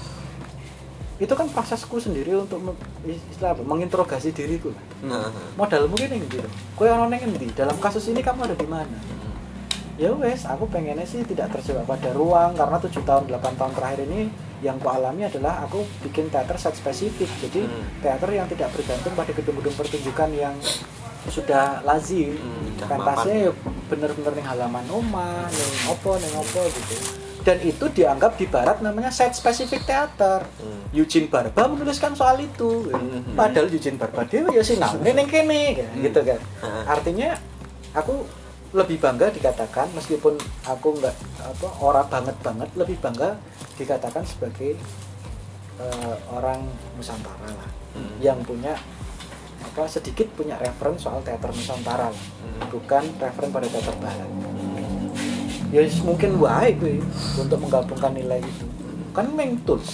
itu kan prosesku sendiri untuk menginterogasi diriku. Modalmu gini gitu. Kowe ono ning endi? Dalam kasus ini kamu ada di mana? Ya wes, aku pengennya sih tidak terjebak pada ruang karena 7 tahun 8 tahun terakhir ini yang ku alami adalah aku bikin teater set spesifik. Jadi teater yang tidak bergantung pada gedung-gedung pertunjukan yang sudah lazim. Pentasnya ya bener-bener ning halaman omah, ning opo gitu. Dan itu dianggap di barat namanya set spesifik teater. Eugene Barba menuliskan soal itu. Padahal Eugene Barba dia ya sinau ning kene gitu kan. Artinya aku lebih bangga dikatakan meskipun aku enggak ora banget lebih bangga dikatakan sebagai orang Nusantara lah. Yang punya sedikit punya referensi soal teater Nusantara lah. Bukan referensi pada teater barat. Ya mungkin wae gue untuk menggabungkan nilai itu kan main tools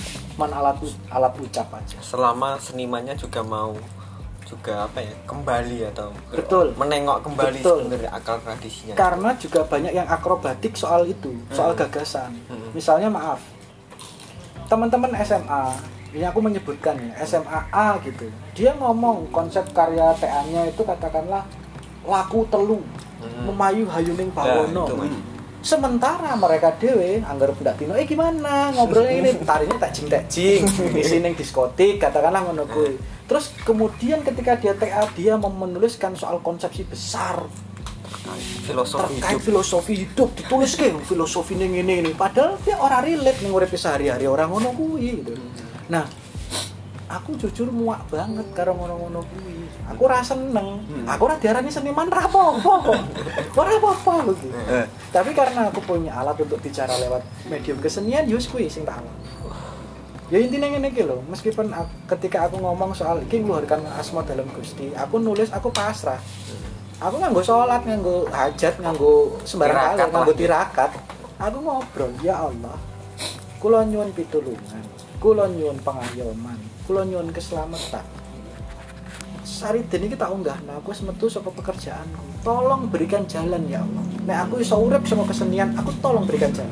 alat ucap aja selama senimannya juga mau juga kembali atau menengok kembali sebenarnya akal tradisinya karena juga banyak yang akrobatik soal itu soal gagasan misalnya maaf teman-teman SMA ini aku menyebutkan ya SMA A gitu dia ngomong konsep karya TA-nya itu katakanlah laku telu memayu hayuning bawono sementara mereka dewe anggap ndak tino gimana ngobrolnya ini tarinya tak jing di sini diskotik katakanlah ngono kuwi terus kemudian ketika dia TA dia menuliskan soal konsepsi besar Filosofi terkait hidup. filosofi hidup ditulis ke filosofi ini padahal dia orang relate ning uripe sehari-hari orang ngono kuwi gitu. Nah, aku jujur muak banget karo ngono-ngono kuwi. Aku ra seneng. Aku ora diarani seniman ra apa-apa. Ora apa-apa gitu. Tapi karena aku punya alat untuk bicara lewat medium kesenian, yo kuwi sing tak alami. Ya intinya ngene iki lho, meskipun ketika aku ngomong soal iki ngluhurkan asma dalam Gusti, aku nulis aku pasrah. Aku nganggo salat, nganggo hajat, nganggo sembarang hal, nganggo tirakat. Aku ngobrol, ya Allah. Kula nyuwun pitulungan, kula nyuwun pangayoman, kula nyuwun keselamatan. Sariden iki tak unggahna, aku wis metu saka pekerjaanku. Tolong berikan jalan ya Allah. Nek aku iso urip sama kesenian, aku tolong berikan jalan.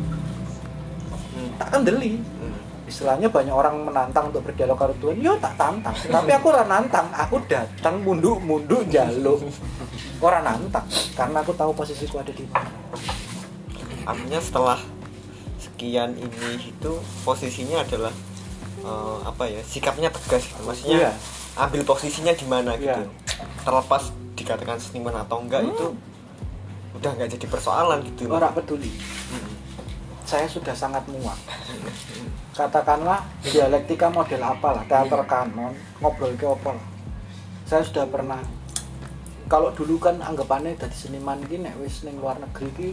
Tak kendeli. Istilahnya banyak orang menantang untuk berdialog karo Tuhan, yo tak tantang. Tapi aku ora nantang, aku datang munduk jaluk. Ora nantang karena aku tahu posisiku ada di mana. Artinya setelah sekian ini itu posisinya adalah sikapnya tegas gitu. Maksudnya ambil posisinya di mana gitu. Terlepas dikatakan seniman atau enggak itu udah enggak jadi persoalan gitu. Ora peduli. Saya sudah sangat muak. Katakanlah dialektika model apalah, teater kanon, ngobrol ke apa lah. Saya sudah pernah, kalau dulu kan anggapannya dari seniman ini nek wis ning luar negeri iki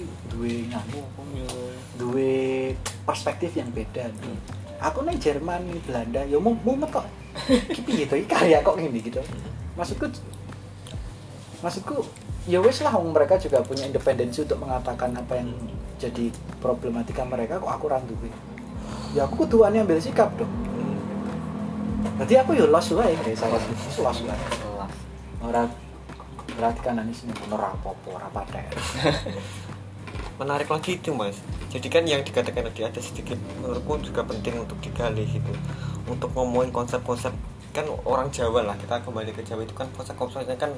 duwe perspektif yang beda. Aku ning Jerman, ning Belanda, ya mumet kok. Iki piye to iki karya kok ngene gitu. Maksudku ya wis lah, mereka juga punya independensi untuk mengatakan apa yang jadi problematika mereka, kok aku ra duwe. Ya aku kuduane ambil sikap dong. Berarti aku ya los wae saya. Los wae. Ora berarti kan ini sini ora apa-apa, ora paten. Menarik lagi itu Mas. Jadi kan yang dikatakan tadi ada sedikit menurutku juga penting untuk digali gitu. Untuk ngomongin konsep-konsep kan orang Jawa lah, kita kembali ke Jawa itu kan konsep-konsepnya kan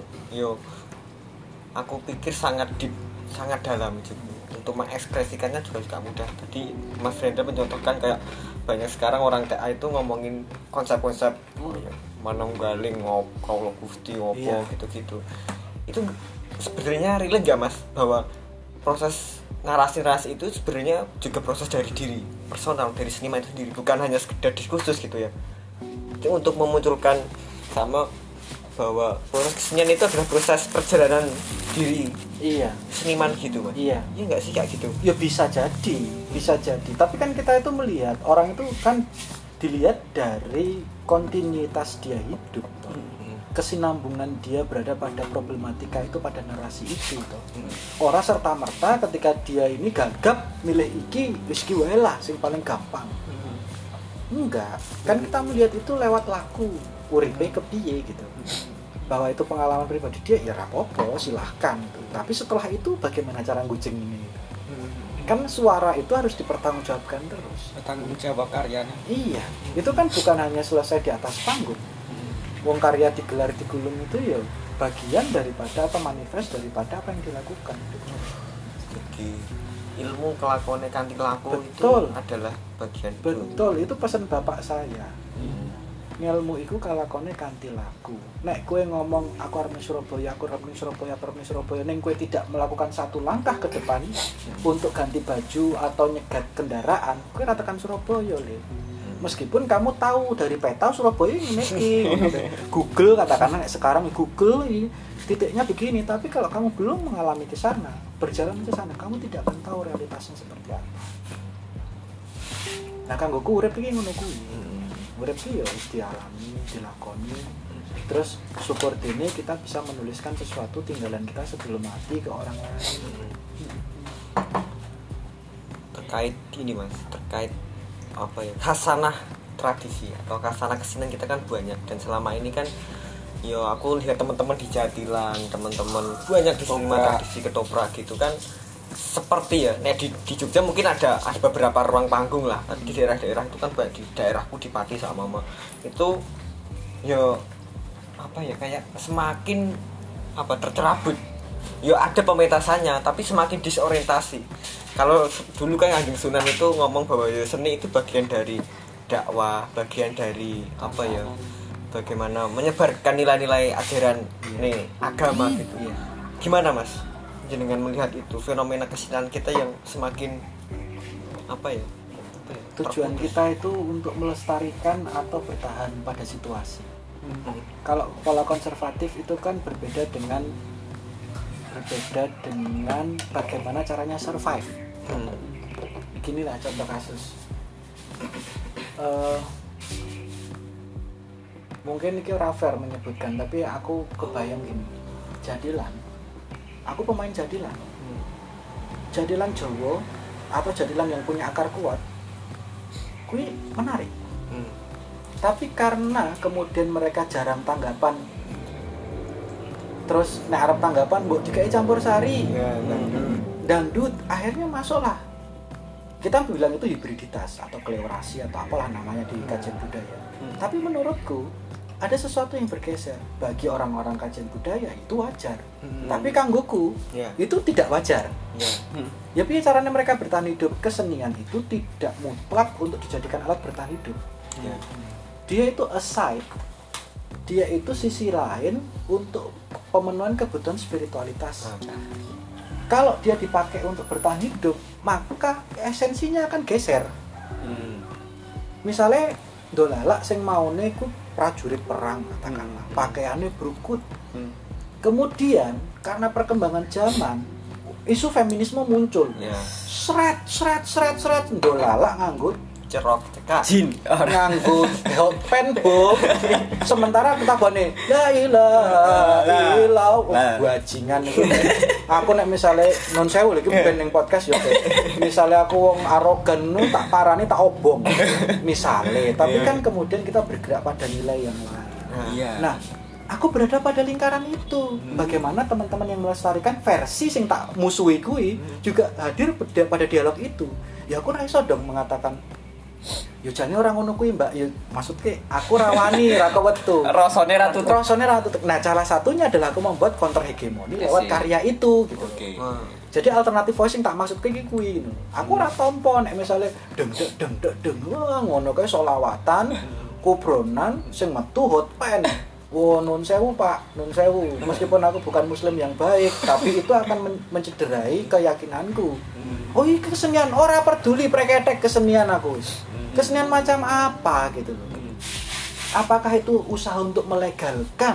aku pikir sangat deep, sangat dalam gitu. Untuk mengekspresikannya juga mudah. Tadi Mas Rendra mencontohkan kayak banyak sekarang orang TA itu ngomongin konsep-konsep manunggaling kaulo Gusti opo gitu-gitu. Itu sebenarnya relate enggak Mas bahwa proses narasi itu sebenarnya juga proses dari diri personal dari seniman itu sendiri, bukan hanya sekedar diskursus gitu ya. Itu untuk memunculkan sama bahwa proses kesenian itu adalah proses perjalanan diri seniman gitu Mas. Iya nggak sih kayak gitu? Ya bisa jadi. Tapi kan kita itu melihat orang itu kan dilihat dari kontinuitas dia hidup, kesinambungan dia berada pada problematika itu, pada narasi itu. Orang serta merta ketika dia ini gagap milih iki wis ki wae lah sing paling gampang. Enggak, kan kita melihat itu lewat laku uripe kepiye gitu. Bahwa itu pengalaman pribadi dia, ya rapopo silahkan gitu. Tapi setelah itu bagaimana cara ngucing ini? Kan suara itu harus dipertanggungjawabkan terus. Tanggung jawab karyanya. Iya, itu kan bukan hanya selesai di atas panggung. Wong karya digelar di gulung itu ya bagian daripada atau manifest daripada apa yang dilakukan. Jadi ilmu kelakuannya kanthi laku itu adalah bagian itu. Betul, itu pesan bapak saya. Ilmu iku kalakone kanthi laku. Nek kowe ngomong aku arep ning Surabaya, ning kowe tidak melakukan satu langkah ke depan untuk ganti baju atau nyegat kendaraan, kowe ora tekan Surabaya, Le. Meskipun kamu tahu dari peta Surabaya ini Google katakanlah sekarang Google titiknya begini, tapi kalau kamu belum mengalami ke sana, berjalan ke sana, kamu tidak akan tahu realitasnya seperti apa. Nah, kanggoku urip iki ngono kuwi. Urip iki ya wis dialami, dilakoni. Terus syukur dene kita bisa menuliskan sesuatu tinggalan kita sebelum mati ke orang lain. Terkait ini Mas, terkait khasanah tradisi atau khasanah kesenian kita kan banyak, dan selama ini kan aku lihat teman-teman di Jatilan, teman-teman banyak di seniman tradisi ketoprak gitu kan, seperti di Jogja mungkin ada beberapa ruang panggung lah, tapi di daerah-daerah itu kan di daerahku di Pati sama Mama itu kayak semakin tercerabut. Ada pemetasannya tapi semakin disorientasi. Kalau dulu kan Kanjeng Sunan itu ngomong bahwa seni itu bagian dari dakwah, bagian dari bagaimana menyebarkan nilai-nilai ajaran agama gitu. Gimana Mas? jenengan melihat itu fenomena kesenian kita yang semakin apa ya? Tujuan kita itu untuk melestarikan atau bertahan pada situasi. Kalau pola konservatif itu kan berbeda dengan bagaimana caranya survive. Beginilah contoh kasus. Mungkin ini ora fair menyebutkan, tapi aku kebayang gini. Jadilan. Aku pemain jadilan. Jadilan Jawa atau jadilan yang punya akar kuat. Kui menarik. Tapi karena kemudian mereka jarang tanggapan. Terus harap tanggapan mbok dikai campur sari. Dangdut akhirnya masuklah. Kita bilang itu hibriditas atau kleorasi atau apalah namanya di kajian budaya. Tapi menurutku ada sesuatu yang bergeser. Bagi orang-orang kajian budaya itu wajar. Tapi kanggoku itu tidak wajar. Ya piye caranya mereka bertahan hidup? Kesenian itu tidak mutlak untuk dijadikan alat bertahan hidup. Dia itu aside. Dia itu sisi lain untuk pemenuhan kebutuhan spiritualitas. Kalau dia dipakai untuk bertahan hidup, maka esensinya akan geser. Misalnya Dolala sing maune ku prajurit perang katakanlah, pakaiannya berukut. Kemudian karena perkembangan zaman, isu feminisme muncul. Sret Dolala nganggo cerok cekak jin nganggo hot pen bom. Sementara kita bone la ilaha illallah bajingan iku. Aku nek misale non sewu iki ben ning podcast yo. Misale aku wong arogan nu tak parani tak obong. Misale, tapi kan kemudian kita bergerak pada nilai yang lain. Nah, aku berada pada lingkaran itu. Bagaimana teman-teman yang melestarikan versi sing tak musuhi kuwi juga hadir pada dialog itu. Ya aku ra iso dong mengatakan yo jane ora ngono kuwi Mbak, yo maksudke aku rawani ra kewetu. Rasane ra tutup. Nah, salah satunya adalah aku membuat counter hegemoni lewat karya itu gitu. Jadi alternatif voicing tak maksudke iki kuwi. Aku ora tampa nek misale deng wah ngono kae selawatan, kubronan sing metu hot pen. Wah, nun sewu Pak, nun sewu. Meskipun aku bukan muslim yang baik, tapi itu akan mencederai keyakinanku. Oh iya kesenian, ora peduli preketek kesenian aku. Kesenian macam apa gitu loh. Apakah itu usaha untuk melegalkan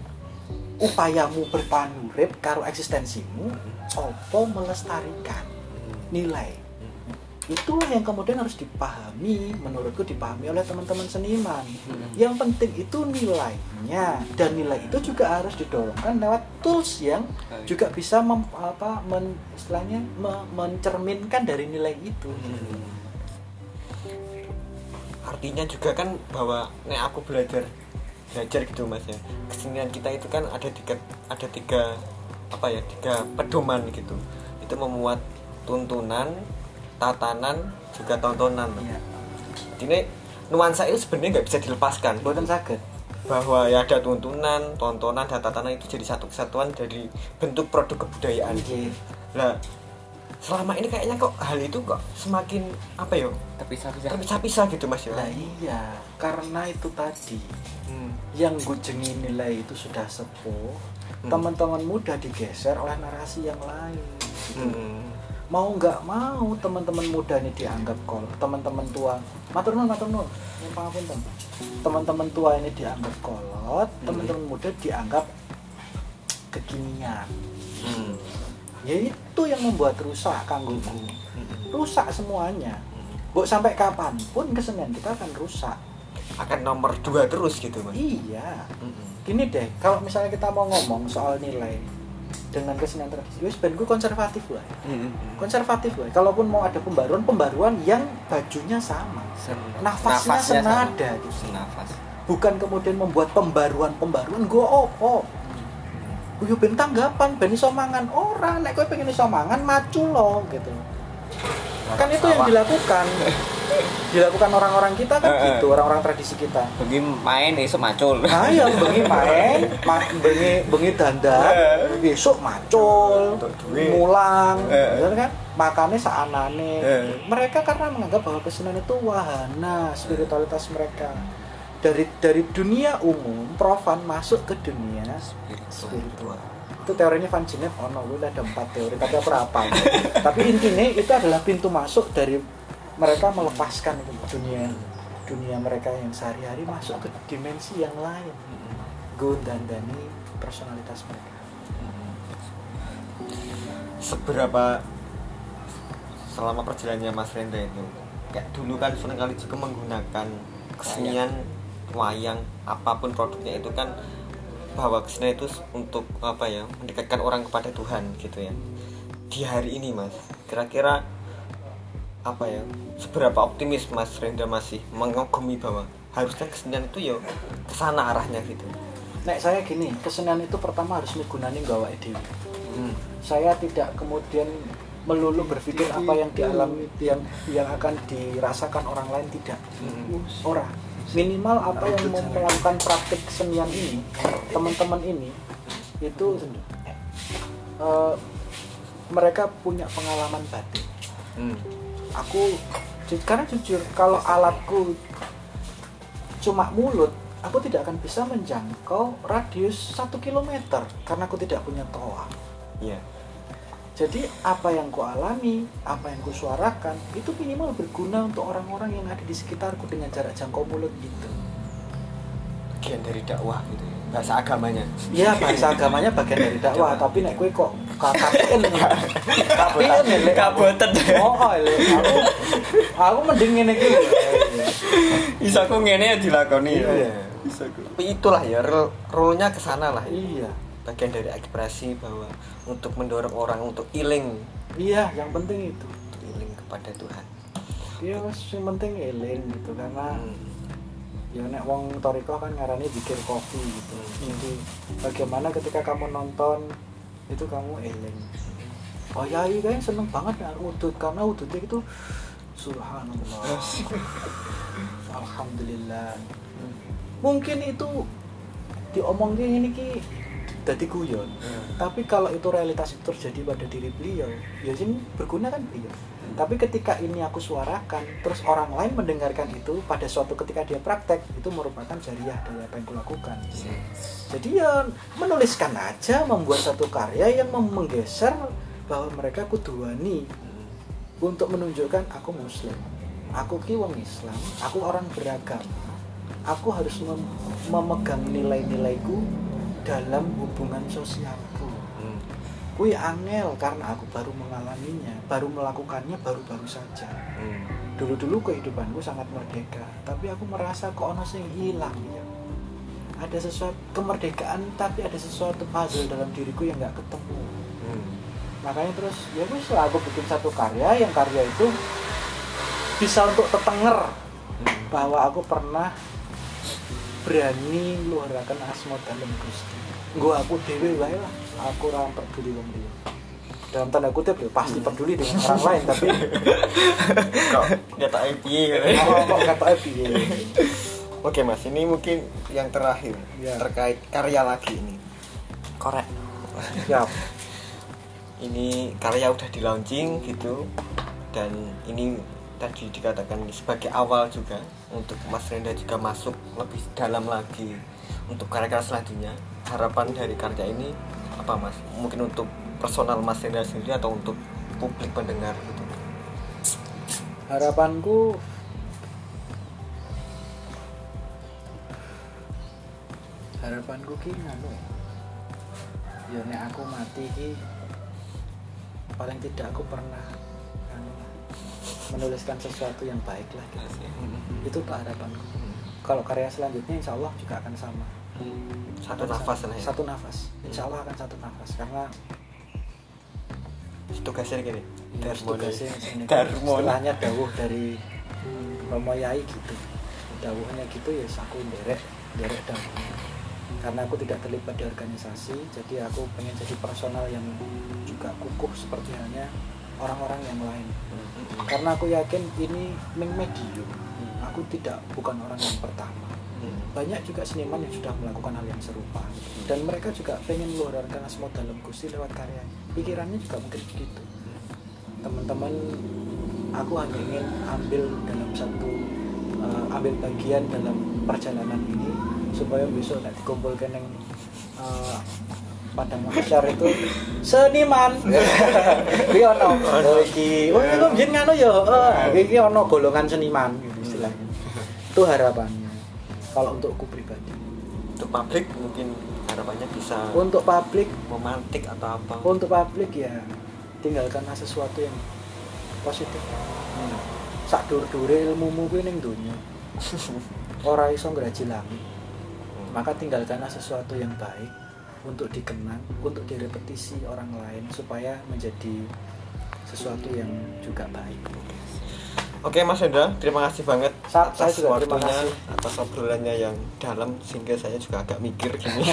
upayamu bertahan urip karo eksistensimu, apa melestarikan nilai? Itulah yang kemudian harus dipahami, menurutku dipahami oleh teman-teman seniman. Yang penting itu nilainya, dan nilai itu juga harus didorongkan lewat tools yang juga bisa mencerminkan dari nilai itu. Artinya juga kan bahwa nek aku belajar gitu Mas ya. Kesenian kita itu kan ada tiga pedoman gitu. Itu memuat tuntunan, tatanan, juga tontonan. Jadi nuansa itu sebenarnya nggak bisa dilepaskan. Bukan saged. Bahwa ya ada tuntunan, tontonan, dan tatanan itu jadi satu kesatuan dari bentuk produk kebudayaan. Nah, selama ini kayaknya kok hal itu kok semakin terpisah-pisah gitu Mas ya. Nah iya, karena itu tadi yang gujengi nilai itu sudah sepuh, teman-teman muda digeser oleh narasi yang lain. Mau nggak mau teman-teman muda ini dianggap teman-teman tua matur nuwun pangapunten, teman-teman tua ini dianggap kolot, teman-teman muda dianggap kekinian. Ya itu yang membuat rusak kanggoku, rusak semuanya. Mbok sampai kapanpun kesenian kita akan rusak, akan nomor 2 terus gitu Mas. Iya. Gini deh, kalau misalnya kita mau ngomong soal nilai dengan kesenian tradisi, wis ben ku konservatif lah. Konservatif lah. Kalaupun mau ada pembaruan yang bajunya sama, nafasnya senada gitu. Bukan kemudian membuat pembaruan go opo. Yo ben tanggapan, ben iso mangan ora, nek kowe pengen iso mangan macu lo gitu. Kan itu yang dilakukan orang-orang kita kan gitu, orang-orang tradisi kita. Bengi main esuk macul. Nah, ya bengi main, bengi dandan, besok macul, mulang, bener kan? Makannya saanane. Mereka karena menganggap bahwa kesenian itu wahana spiritualitas mereka. Dari dunia umum profan masuk ke dunia spiritual. itu teorinya Van Genev udah ada 4 teori tapi aku apa tapi intinya itu adalah pintu masuk dari mereka melepaskan itu dunia mereka yang sehari-hari masuk ke dimensi yang lain gondandani personalitas mereka. Seberapa selama perjalanannya Mas Rendra itu kayak dulu kan seringkali juga menggunakan kesenian wayang apapun produknya itu kan bahwa kesenian itu untuk apa ya mendekatkan orang kepada Tuhan gitu ya. Di hari ini Mas kira-kira apa ya seberapa optimis Mas Rendra masih mengagumi bahwa harusnya kesenian itu ya kesana arahnya gitu. Nek saya gini, kesenian itu pertama harus migunani gawa dewi. Saya tidak kemudian melulu berpikir apa yang dialami yang akan dirasakan orang lain, tidak. Orang minimal apa yang melakukan praktik kesenian ini, teman-teman ini itu mereka punya pengalaman batin. Aku karena jujur kalau alatku cuma mulut, aku tidak akan bisa menjangkau radius 1 kilometer karena aku tidak punya toa. Iya. Jadi apa yang ku alami, apa yang ku suarakan itu minimal berguna untuk orang-orang yang ada di sekitarku dengan jarak jangkau mulut itu. Bagian dari dakwah gitu ya. Bahasa agamanya. Iya, bahasa agamanya bagian dari dakwah, tapi nek kowe kok KPN lek kaboten. Oh, lek aku mending ngene iki. Bisa kok ngene ya dilakoni. Iya. Bisa kok. Tapi itulah ya role-nya ke sana lah. Iya. Bagian dari ekspresi bahwa untuk mendorong orang untuk iling. Iya, yang penting itu. Untuk iling kepada Tuhan. Iya, yang penting eling gitu karena ya nek wong toriko kan ngarani bikin kopi gitu. Jadi bagaimana ketika kamu nonton itu kamu eling. Oh ya, iya kan seneng banget nek udut karena udutnya itu subhanallah. Alhamdulillah. Mungkin itu diomongnya ini ki dadi guyon. Tapi kalau itu realitas itu terjadi pada diri beliau, ya sini berguna kan beliau. Tapi ketika ini aku suarakan, terus orang lain mendengarkan itu pada suatu ketika dia praktek, itu merupakan jariah dari apa yang kulakukan. Jadi ya menuliskan aja, membuat satu karya yang menggeser bahwa mereka kuduani untuk menunjukkan aku muslim, aku ki wong Islam, aku orang beragama, aku harus memegang nilai-nilaiku dalam hubungan sosialku. Kui angel karena aku baru mengalaminya, baru melakukannya baru-baru saja. Dulu-dulu kehidupanku sangat merdeka, tapi aku merasa kok ono sing hilang ya. Ada sesuatu kemerdekaan tapi ada sesuatu puzzle dalam diriku yang enggak ketemu. Makanya terus ya wis lah aku bikin satu karya yang karya itu bisa untuk tetenger bahwa aku pernah berani luarakan asma dalam Gusti. Nggo aku dhewe wae lah, aku ora peduli wong liya. Dalam tanda kutip ya pasti peduli dengan orang lain tapi kok ketoke piye. Kok ketoke piye. Oke Mas, ini mungkin yang terakhir ya. Terkait karya lagi ini. Korek. Siap. Ini karya udah di launching gitu dan ini tadi dikatakan sebagai awal juga untuk Mas Rendra juga masuk lebih dalam lagi untuk karya-karya selanjutnya. Harapan dari karya ini apa Mas? Mungkin untuk personal Mas Rendra sendiri atau untuk publik pendengar gitu. Harapanku ki ngono. Ya nek aku mati ki paling tidak aku pernah menuliskan sesuatu yang baik lah gitu. Itu harapanku. Kalau karya selanjutnya insya Allah juga akan sama. Satu nafas lah ya. Satu nafas. Insya Allah akan satu nafas karena tugasnya gini. Darmo. Istilahnya dawuh dari Romo Yai gitu. Dawuhnya gitu ya aku derek dawuh. Karena aku tidak terlibat di organisasi, jadi aku pengen jadi personal yang juga kukuh seperti halnya orang-orang yang lain. Karena aku yakin ini medium. Aku bukan orang yang pertama. Banyak juga seniman yang sudah melakukan hal yang serupa. Dan mereka juga pengen meluarkan asma dalam Gusti lewat karya. Pikirannya juga mungkin begitu. Teman-teman, aku hanya ingin ambil bagian dalam perjalanan ini supaya besok nanti dikumpulkan yang Padang Mahsyar itu seniman. Iki ono iki. Wong iku mbiyen ngono ya. Iki ono golongan seniman gitu istilahnya. Itu harapannya. Kalau untukku pribadi. Untuk publik mungkin harapannya bisa Untuk publik, memantik atau apa. untuk publik ya tinggalkanlah sesuatu yang positif. Sak dur-dure ilmumu kuwi ning donya. Ora iso ngraji langit. Maka tinggalkanlah sesuatu yang baik untuk dikenang, untuk direpetisi orang lain supaya menjadi sesuatu yang juga baik. Oke Mas Hendra, terima kasih banget Saya atas juga terima waktunya, kasih. atas obrolannya yang dalam sehingga saya juga agak mikir gini.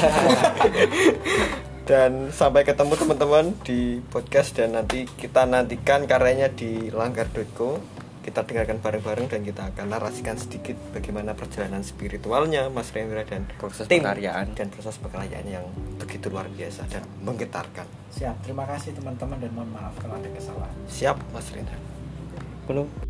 Dan sampai ketemu teman-teman di podcast dan nanti kita nantikan karyanya di langgar.co. Kita dengarkan bareng-bareng dan kita akan narasikan sedikit bagaimana perjalanan spiritualnya Mas Rendra dan Proses tim pekaryaan. dan proses pekaryaan yang begitu luar biasa dan menggetarkan. Siap, terima kasih teman-teman dan mohon maaf kalau ada kesalahan. Siap Mas Rendra. Belum.